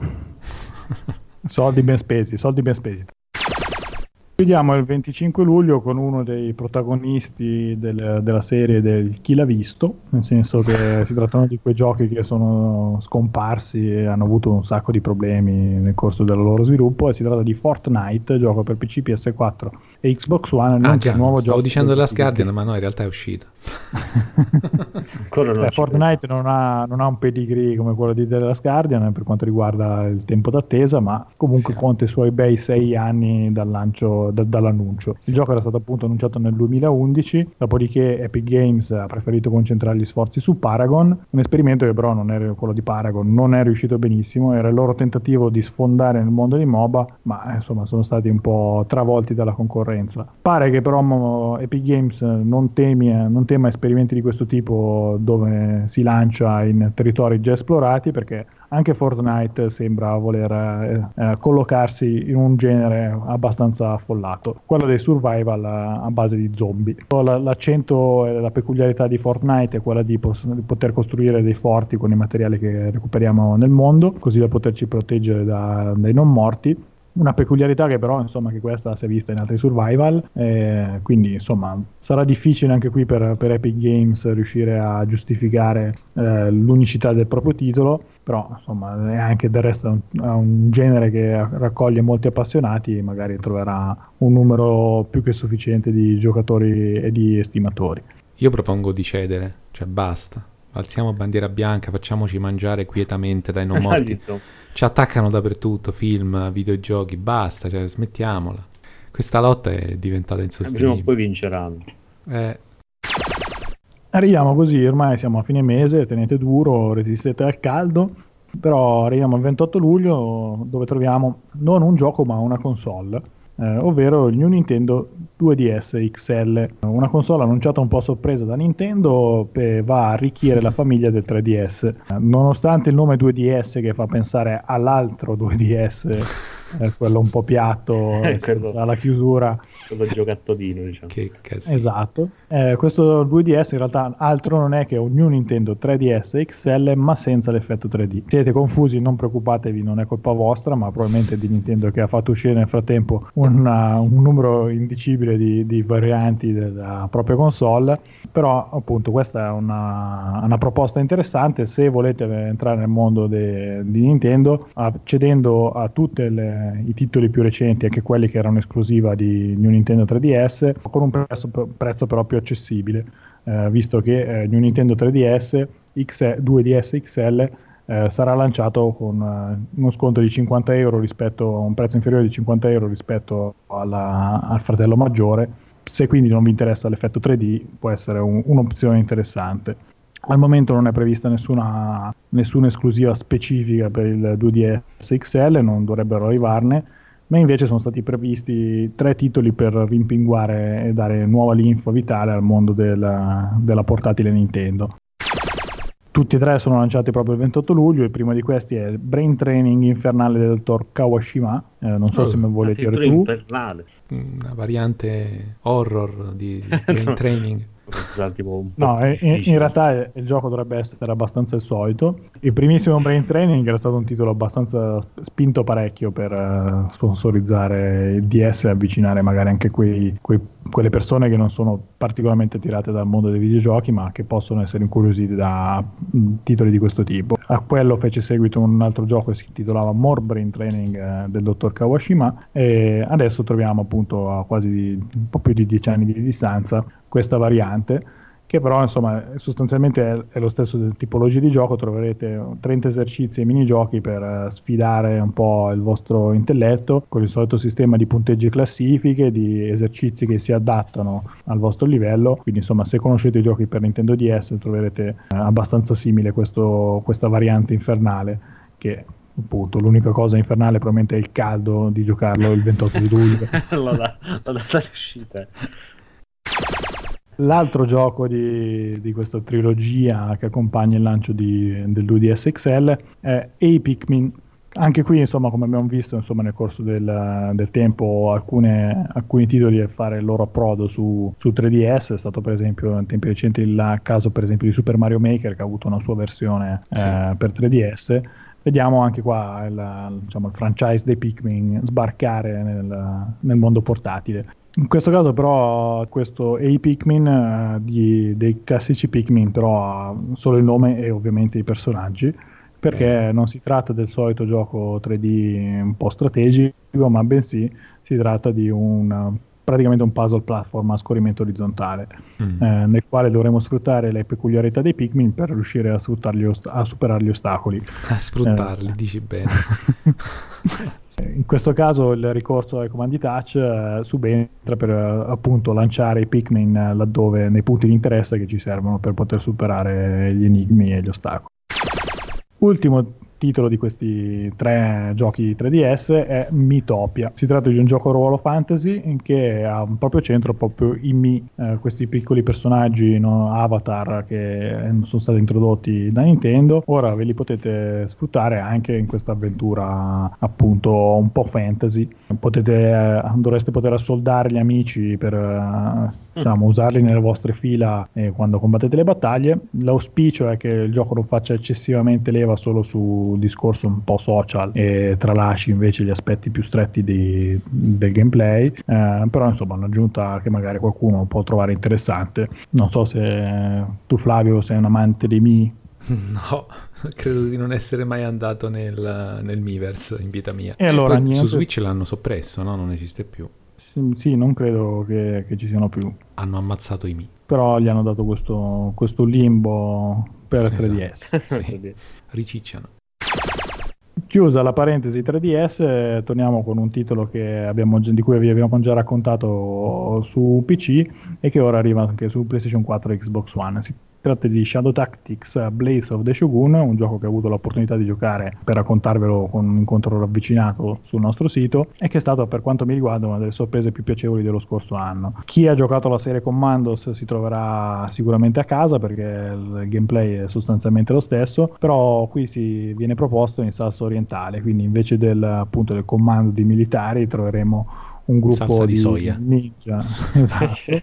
Soldi ben spesi, soldi ben spesi. Chiudiamo il venticinque luglio con uno dei protagonisti del, della serie del Chi l'ha visto, nel senso che si trattano di quei giochi che sono scomparsi e hanno avuto un sacco di problemi nel corso del loro sviluppo, e si tratta di Fortnite, gioco per P C, P S quattro e Xbox One. Ah già, nuovo stavo gioco dicendo The Last Guardian, ma no, in realtà è uscita. eh, Fortnite non ha, non ha un pedigree come quello di The Last Guardian per quanto riguarda il tempo d'attesa, ma comunque sì, conta i suoi bei sei anni dal lancio, da, dall'annuncio. Sì. Il gioco era stato appunto annunciato nel duemilaundici, dopodiché Epic Games ha preferito concentrare gli sforzi su Paragon, un esperimento che però non era quello di Paragon, non è riuscito benissimo, era il loro tentativo di sfondare nel mondo dei MOBA, ma insomma sono stati un po' travolti dalla concorrenza. Pare che però Epic Games non, temi, non tema esperimenti di questo tipo dove si lancia in territori già esplorati, perché anche Fortnite sembra voler eh, eh, collocarsi in un genere abbastanza affollato, quello dei survival a, a base di zombie. L- l'accento e la peculiarità di Fortnite è quella di, pos- di poter costruire dei forti con i materiali che recuperiamo nel mondo, così da poterci proteggere da, dai non morti. Una peculiarità che però insomma che questa si è vista in altri survival, eh, quindi insomma sarà difficile anche qui per, per Epic Games riuscire a giustificare eh, l'unicità del proprio titolo, però insomma è anche del resto un, un genere che raccoglie molti appassionati e magari troverà un numero più che sufficiente di giocatori e di estimatori. Io propongo di cedere, cioè basta. Alziamo bandiera bianca, facciamoci mangiare quietamente dai non morti. Ci attaccano dappertutto, film, videogiochi, basta, cioè smettiamola. Questa lotta è diventata insostenibile. Prima o poi vinceranno. Eh. Arriviamo così, ormai siamo a fine mese, tenete duro, resistete al caldo, però arriviamo al ventotto luglio dove troviamo non un gioco ma una console. Eh, ovvero il New Nintendo due D S X L, una console annunciata un po' a sorpresa da Nintendo, che va a arricchire la famiglia del tre D S. Eh, nonostante il nome due D S che fa pensare all'altro due D S è quello un po' piatto, senza la chiusura. Quello giocattolino, diciamo. Che casino. Esatto. Eh, questo due D S in realtà altro non è che un New Nintendo tre D S X L, ma senza l'effetto tre D. Siete confusi, non preoccupatevi, non è colpa vostra, ma probabilmente di Nintendo, che ha fatto uscire nel frattempo una, un numero indicibile di, di varianti della propria console. Però appunto questa è una, una proposta interessante se volete entrare nel mondo de, di Nintendo, accedendo a tutti i titoli più recenti, anche quelli che erano esclusiva di New Nintendo tre D S, con un prezzo, prezzo però più accessibile, eh, visto che eh, New Nintendo tre D S X, due D S X L eh, sarà lanciato con uh, uno sconto di cinquanta euro rispetto a un prezzo inferiore di cinquanta euro rispetto alla, al fratello maggiore. Se quindi non vi interessa l'effetto tre D, può essere un, un'opzione interessante. Al momento non è prevista nessuna, nessuna esclusiva specifica per il due D S X L, non dovrebbero arrivarne, ma invece sono stati previsti tre titoli per rimpinguare e dare nuova linfa vitale al mondo della, della portatile Nintendo. Tutti e tre sono lanciati proprio il ventotto luglio. Il primo di questi è Brain Training Infernale del dottor Kawashima. Eh, non so oh, se me volete dire tu. Infernale. Una variante horror di Brain Training. Tipo no, in, in realtà il gioco dovrebbe essere abbastanza il solito. Il primissimo Brain Training era stato un titolo abbastanza spinto parecchio per uh, sponsorizzare il D S e avvicinare magari anche quei, quei, quelle persone che non sono particolarmente attirate dal mondo dei videogiochi, ma che possono essere incuriositi da uh, titoli di questo tipo. A quello fece seguito un altro gioco che si intitolava More Brain Training uh, del dottor Kawashima, e adesso troviamo appunto a quasi un po' più di dieci anni di distanza questa variante, che però insomma sostanzialmente è, è lo stesso tipologia di gioco. Troverete trenta esercizi e minigiochi per uh, sfidare un po' il vostro intelletto, con il solito sistema di punteggi e classifiche, di esercizi che si adattano al vostro livello. Quindi insomma, se conoscete i giochi per Nintendo D S troverete uh, abbastanza simile questo, questa variante infernale, che appunto l'unica cosa infernale probabilmente è il caldo di giocarlo il ventotto di luglio. la, la, la data di uscita. L'altro gioco di, di questa trilogia che accompagna il lancio di, del due D S X L è A Pikmin. Anche qui, insomma, come abbiamo visto insomma, nel corso del, del tempo, alcune, alcuni titoli a fare il loro approdo su, su tre D S. È stato per esempio in tempi recenti il caso per esempio di Super Mario Maker, che ha avuto una sua versione sì. eh, per tre D S. Vediamo anche qua il, diciamo, il franchise dei Pikmin sbarcare nel, nel mondo portatile. In questo caso però questo A Pikmin uh, di, dei classici Pikmin però ha solo il nome e ovviamente i personaggi, perché Beh. non si tratta del solito gioco tre D un po' strategico, ma bensì si tratta di un praticamente un puzzle platform a scorrimento orizzontale, mm. eh, nel quale dovremo sfruttare le peculiarità dei Pikmin per riuscire a, ost- a superare gli ostacoli. A sfruttarli, eh. dici bene. In questo caso il ricorso ai comandi touch eh, subentra per eh, appunto lanciare i Pikmin eh, laddove nei punti di interesse che ci servono per poter superare gli enigmi e gli ostacoli. Ultimo titolo di questi tre giochi tre D S è Miitopia. Si tratta di un gioco ruolo fantasy che ha un proprio centro proprio i Mi, eh, questi piccoli personaggi no, avatar che sono stati introdotti da Nintendo. Ora ve li potete sfruttare anche in questa avventura appunto un po' fantasy. Potete, eh, dovreste poter assoldare gli amici per eh, diciamo, usarli nelle vostre fila eh, quando combattete le battaglie. L'auspicio è che il gioco non faccia eccessivamente leva solo su discorso un po' social e tralasci invece gli aspetti più stretti di, del gameplay, eh, però insomma un'aggiunta che magari qualcuno può trovare interessante. Non so se tu Flavio sei un amante dei Mi. No, credo di non essere mai andato nel, nel Miiverse in vita mia. E allora, poi niente... su Switch l'hanno soppresso, no? Non esiste più. Sì, sì, non credo che, che ci siano più. Hanno ammazzato i Mi. Però gli hanno dato questo, questo limbo per esatto. tre D S. Sì, ricicciano. Chiusa la parentesi tre D S, eh, torniamo con un titolo che abbiamo, di cui vi abbiamo già raccontato su P C e che ora arriva anche su PlayStation quattro e Xbox One. Si tratta di Shadow Tactics Blaze of the Shogun, un gioco che ho avuto l'opportunità di giocare per raccontarvelo con un incontro ravvicinato sul nostro sito e che è stato, per quanto mi riguarda, una delle sorprese più piacevoli dello scorso anno. Chi ha giocato la serie Commandos si troverà sicuramente a casa perché il gameplay è sostanzialmente lo stesso, però qui si viene proposto in salsa orientale, quindi invece del, appunto, del comando di militari troveremo un gruppo di, di soia. ninja esatto,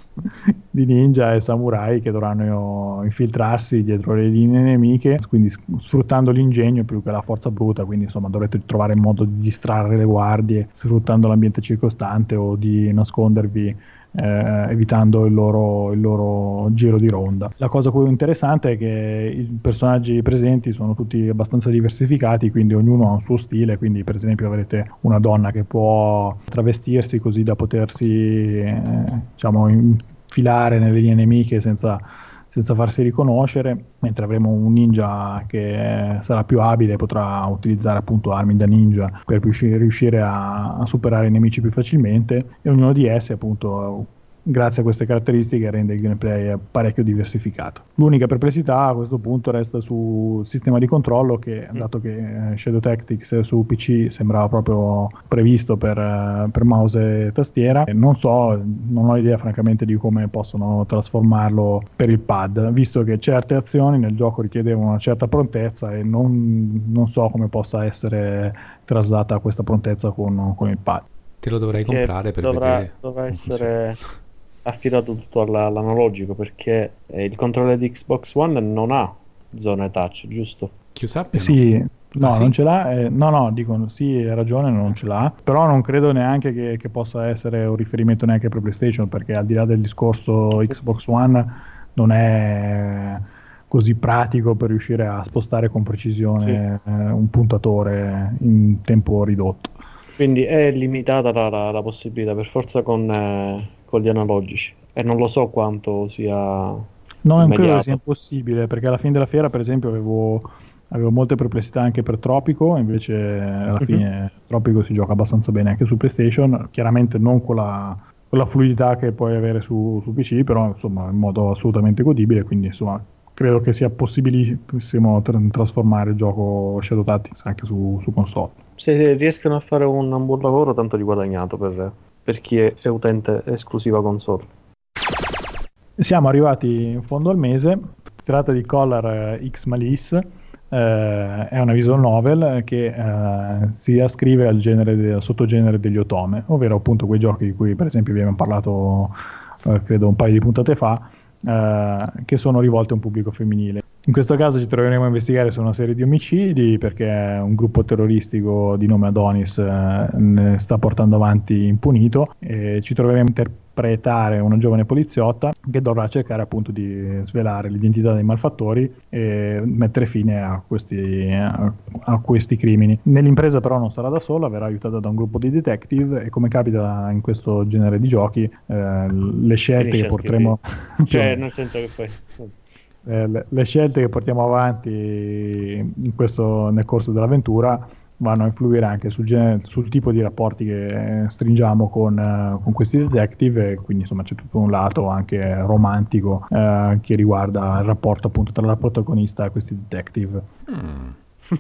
di ninja e samurai che dovranno infiltrarsi dietro le linee nemiche, quindi sfruttando l'ingegno più che la forza bruta, quindi insomma dovrete trovare il modo di distrarre le guardie sfruttando l'ambiente circostante o di nascondervi Eh, evitando il loro, il loro giro di ronda. La cosa più interessante è che i personaggi presenti sono tutti abbastanza diversificati, quindi ognuno ha un suo stile, quindi per esempio avrete una donna che può travestirsi così da potersi eh, diciamo infilare nelle linee nemiche senza senza farsi riconoscere, mentre avremo un ninja che sarà più abile e potrà utilizzare appunto armi da ninja per riuscire a, a superare i nemici più facilmente, e ognuno di essi appunto grazie a queste caratteristiche rende il gameplay parecchio diversificato. L'unica perplessità a questo punto resta sul sistema di controllo che, dato che Shadow Tactics su P C sembrava proprio previsto per, per mouse e tastiera, non so, non ho idea francamente di come possono trasformarlo per il pad, visto che certe azioni nel gioco richiedevano una certa prontezza e non, non so come possa essere traslata questa prontezza con, con il pad. Te lo dovrei comprare per dovrà, vedere. Dovrà essere affidato tutto alla, all'analogico, perché eh, il controller di Xbox One non ha zone touch, giusto? Che io sappia, sì, no, no, ah, non sì? ce l'ha, eh, no, no, dicono sì, hai ragione, non ce l'ha, però non credo neanche che, che possa essere un riferimento neanche per PlayStation, perché al di là del discorso Xbox One non è così pratico per riuscire a spostare con precisione sì. eh, un puntatore in tempo ridotto. Quindi è limitata la, la, la possibilità per forza con, eh, con gli analogici, e non lo so quanto sia no, non immediato. credo sia impossibile, perché alla fine della fiera per esempio avevo, avevo molte perplessità anche per Tropico, invece alla uh-huh. fine Tropico si gioca abbastanza bene anche su PlayStation, chiaramente non con la, con la fluidità che puoi avere su, su P C, però insomma in modo assolutamente godibile, quindi insomma credo che sia possibilissimo tra- trasformare il gioco Shadow Tactics anche su, su console. Se riescono a fare un, un buon lavoro, tanto di guadagnato per, per chi è, è utente esclusiva console. Siamo arrivati in fondo al mese. Si tratta di Collar X Malice, eh, è una visual novel che eh, si ascrive al genere de- al sottogenere degli otome, ovvero appunto quei giochi di cui per esempio vi abbiamo parlato eh, credo un paio di puntate fa, eh, che sono rivolti a un pubblico femminile. In questo caso ci troveremo a investigare su una serie di omicidi, perché un gruppo terroristico di nome Adonis eh, ne sta portando avanti impunito, e ci troveremo a interpretare una giovane poliziotta che dovrà cercare appunto di svelare l'identità dei malfattori e mettere fine a questi, a, a questi crimini. Nell'impresa però non sarà da sola, verrà aiutata da un gruppo di detective e, come capita in questo genere di giochi, eh, le scelte Finisce che porteremo... cioè nel senso che poi... Eh, le, le scelte che portiamo avanti in questo, nel corso dell'avventura vanno a influire anche sul, genere, sul tipo di rapporti che stringiamo con, uh, con questi detective, e quindi insomma c'è tutto un lato anche romantico uh, che riguarda il rapporto appunto tra la protagonista e questi detective. Mm.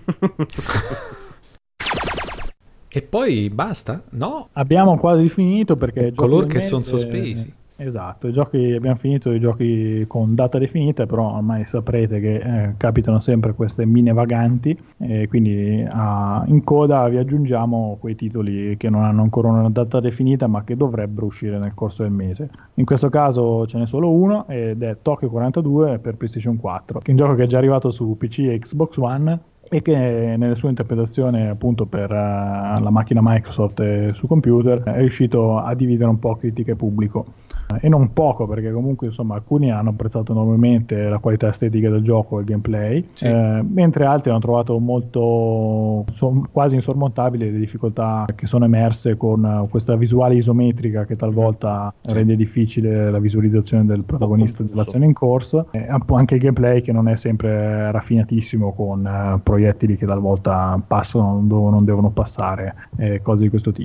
E poi basta? No? Abbiamo quasi finito, perché coloro che sono sospesi. Esatto, i giochi, abbiamo finito i giochi con data definita, però ormai saprete che eh, capitano sempre queste mine vaganti, e quindi a, in coda vi aggiungiamo quei titoli che non hanno ancora una data definita ma che dovrebbero uscire nel corso del mese. In questo caso ce n'è solo uno, ed è Tokyo quarantadue per PlayStation quattro, che è un gioco che è già arrivato su P C e Xbox One e che nella sua interpretazione appunto per uh, la macchina Microsoft e su computer è riuscito a dividere un po' critica e pubblico. E non poco, perché comunque insomma alcuni hanno apprezzato enormemente la qualità estetica del gioco e il gameplay, sì. eh, mentre altri hanno trovato molto so, quasi insormontabili le difficoltà che sono emerse con uh, questa visuale isometrica che talvolta sì. rende difficile la visualizzazione del protagonista dell'azione in corso, e anche il gameplay che non è sempre raffinatissimo, con uh, proiettili che talvolta passano dove non devono passare, e cose di questo tipo.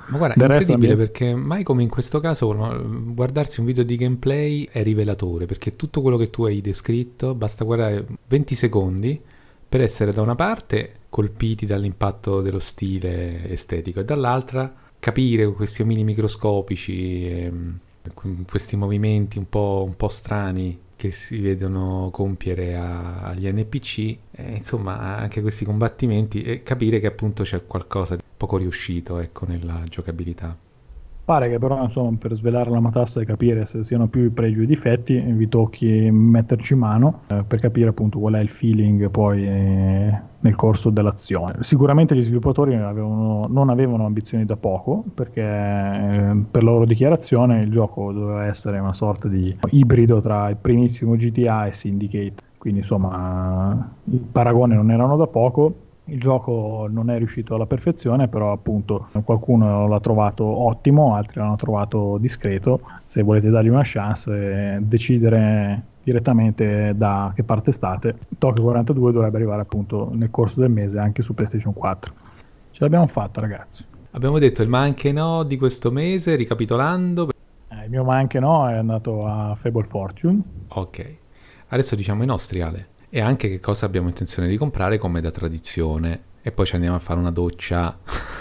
Ma guarda, è incredibile perché mai come in questo caso guardarsi un video di gameplay è rivelatore, perché tutto quello che tu hai descritto basta guardare venti secondi per essere da una parte colpiti dall'impatto dello stile estetico e dall'altra capire questi omini microscopici, e, questi movimenti un po', un po' strani che si vedono compiere a, agli N P C, e, insomma anche questi combattimenti, e capire che appunto c'è qualcosa di poco riuscito, ecco, nella giocabilità. Pare che però, insomma, per svelare la matassa e capire se siano più i pregi o i difetti, vi tocchi metterci mano eh, per capire appunto qual è il feeling poi eh, nel corso dell'azione. Sicuramente gli sviluppatori avevano, non avevano ambizioni da poco, perché eh, per la loro dichiarazione il gioco doveva essere una sorta di ibrido tra il primissimo G T A e Syndicate, quindi insomma il paragone non erano da poco. Il gioco non è riuscito alla perfezione, però appunto qualcuno l'ha trovato ottimo, altri l'hanno trovato discreto. Se volete dargli una chance e decidere direttamente da che parte state, Tokyo quarantadue dovrebbe arrivare appunto nel corso del mese anche su PlayStation quattro. Ce l'abbiamo fatta, ragazzi. Abbiamo detto il ma anche no di questo mese, ricapitolando. Eh, il mio ma anche no è andato a Fable Fortune. Ok, adesso diciamo i nostri, Ale. E anche che cosa abbiamo intenzione di comprare come da tradizione, e poi ci andiamo a fare una doccia.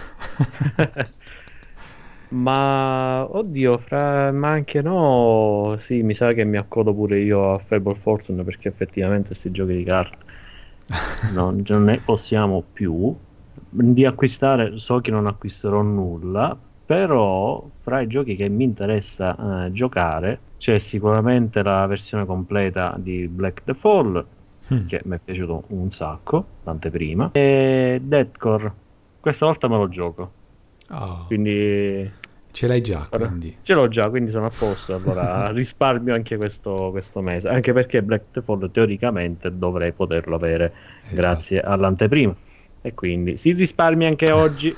Ma oddio, fra ma anche no, sì, mi sa che mi accodo pure io a Fable Fortune, perché effettivamente questi giochi di carte non, non ne possiamo più di acquistare. So che non acquisterò nulla, però fra i giochi che mi interessa eh, giocare c'è sicuramente la versione completa di Black the Fall, Mm. che mi è piaciuto un sacco, l'anteprima, e Deathcore questa volta me lo gioco, oh. Quindi ce l'hai già, quindi ce l'ho già, quindi sono a posto. Allora risparmio anche questo, questo mese, anche perché Black the Fall teoricamente dovrei poterlo avere, esatto, grazie all'anteprima, e quindi si risparmia anche oggi.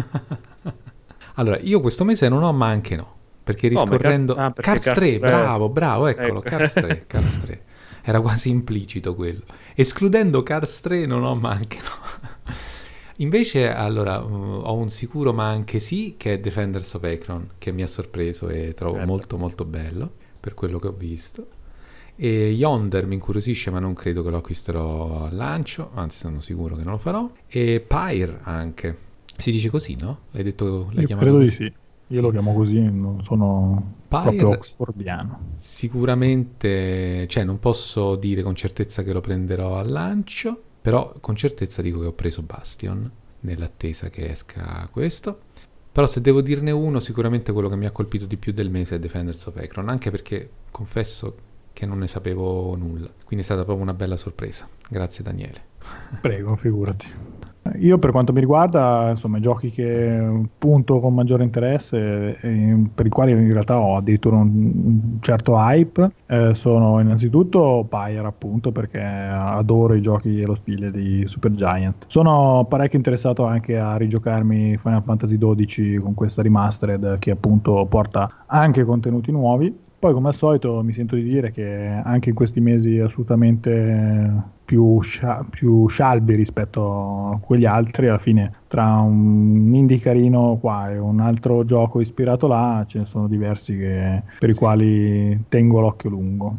Allora io questo mese non ho ma anche no, perché riscorrendo oh, Cars, ah, Cars tre, bravo bravo, eccolo, ecco. Cars tre, Cars tre era quasi implicito quello. Escludendo Cars tre non ho ma anche no. Invece allora uh, ho un sicuro ma anche sì, che è Defenders of Akron, che mi ha sorpreso e trovo certo. molto molto bello per quello che ho visto. E Yonder mi incuriosisce, ma non credo che lo acquisterò al lancio, anzi sono sicuro che non lo farò. E Pyre anche, si dice così, no? L'hai detto, l'hai Io chiamato credo così? di sì. Io sì. Lo chiamo così, non sono Pyre, proprio oxfordiano. Sicuramente, cioè non posso dire con certezza che lo prenderò al lancio, però con certezza dico che ho preso Bastion nell'attesa che esca questo. Però se devo dirne uno, sicuramente quello che mi ha colpito di più del mese è Defenders of Akron, anche perché confesso che non ne sapevo nulla, quindi è stata proprio una bella sorpresa. Grazie Daniele. Prego, figurati. Io per quanto mi riguarda, insomma, i giochi che punto con maggiore interesse e per i quali in realtà ho addirittura un, un certo hype eh, sono innanzitutto Pyre, appunto, perché adoro i giochi dello stile di Supergiant. Sono parecchio interessato anche a rigiocarmi Final Fantasy dodici con questa remastered che appunto porta anche contenuti nuovi. Poi come al solito mi sento di dire che anche in questi mesi assolutamente più, scia- più scialbi rispetto a quegli altri, alla fine tra un indie carino qua e un altro gioco ispirato là ce ne sono diversi che, per i quali tengo l'occhio lungo.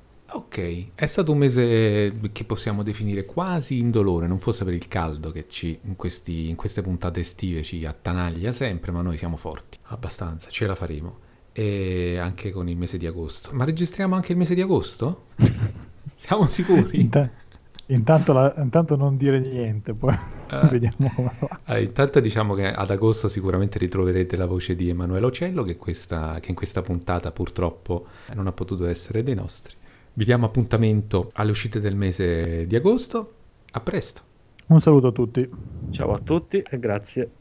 Ok, è stato un mese che possiamo definire quasi indolore, non fosse per il caldo che ci in, questi, in queste puntate estive ci attanaglia sempre, ma noi siamo forti, abbastanza, ce la faremo. E anche con il mese di agosto. Ma registriamo anche il mese di agosto? Siamo sicuri? Int- intanto, la, intanto non dire niente, poi uh, vediamo come va. Uh, intanto diciamo che ad agosto sicuramente ritroverete la voce di Emanuele Ocello, che, questa, che in questa puntata purtroppo non ha potuto essere dei nostri. Vi diamo appuntamento alle uscite del mese di agosto. A presto. Un saluto a tutti. Ciao a tutti e grazie.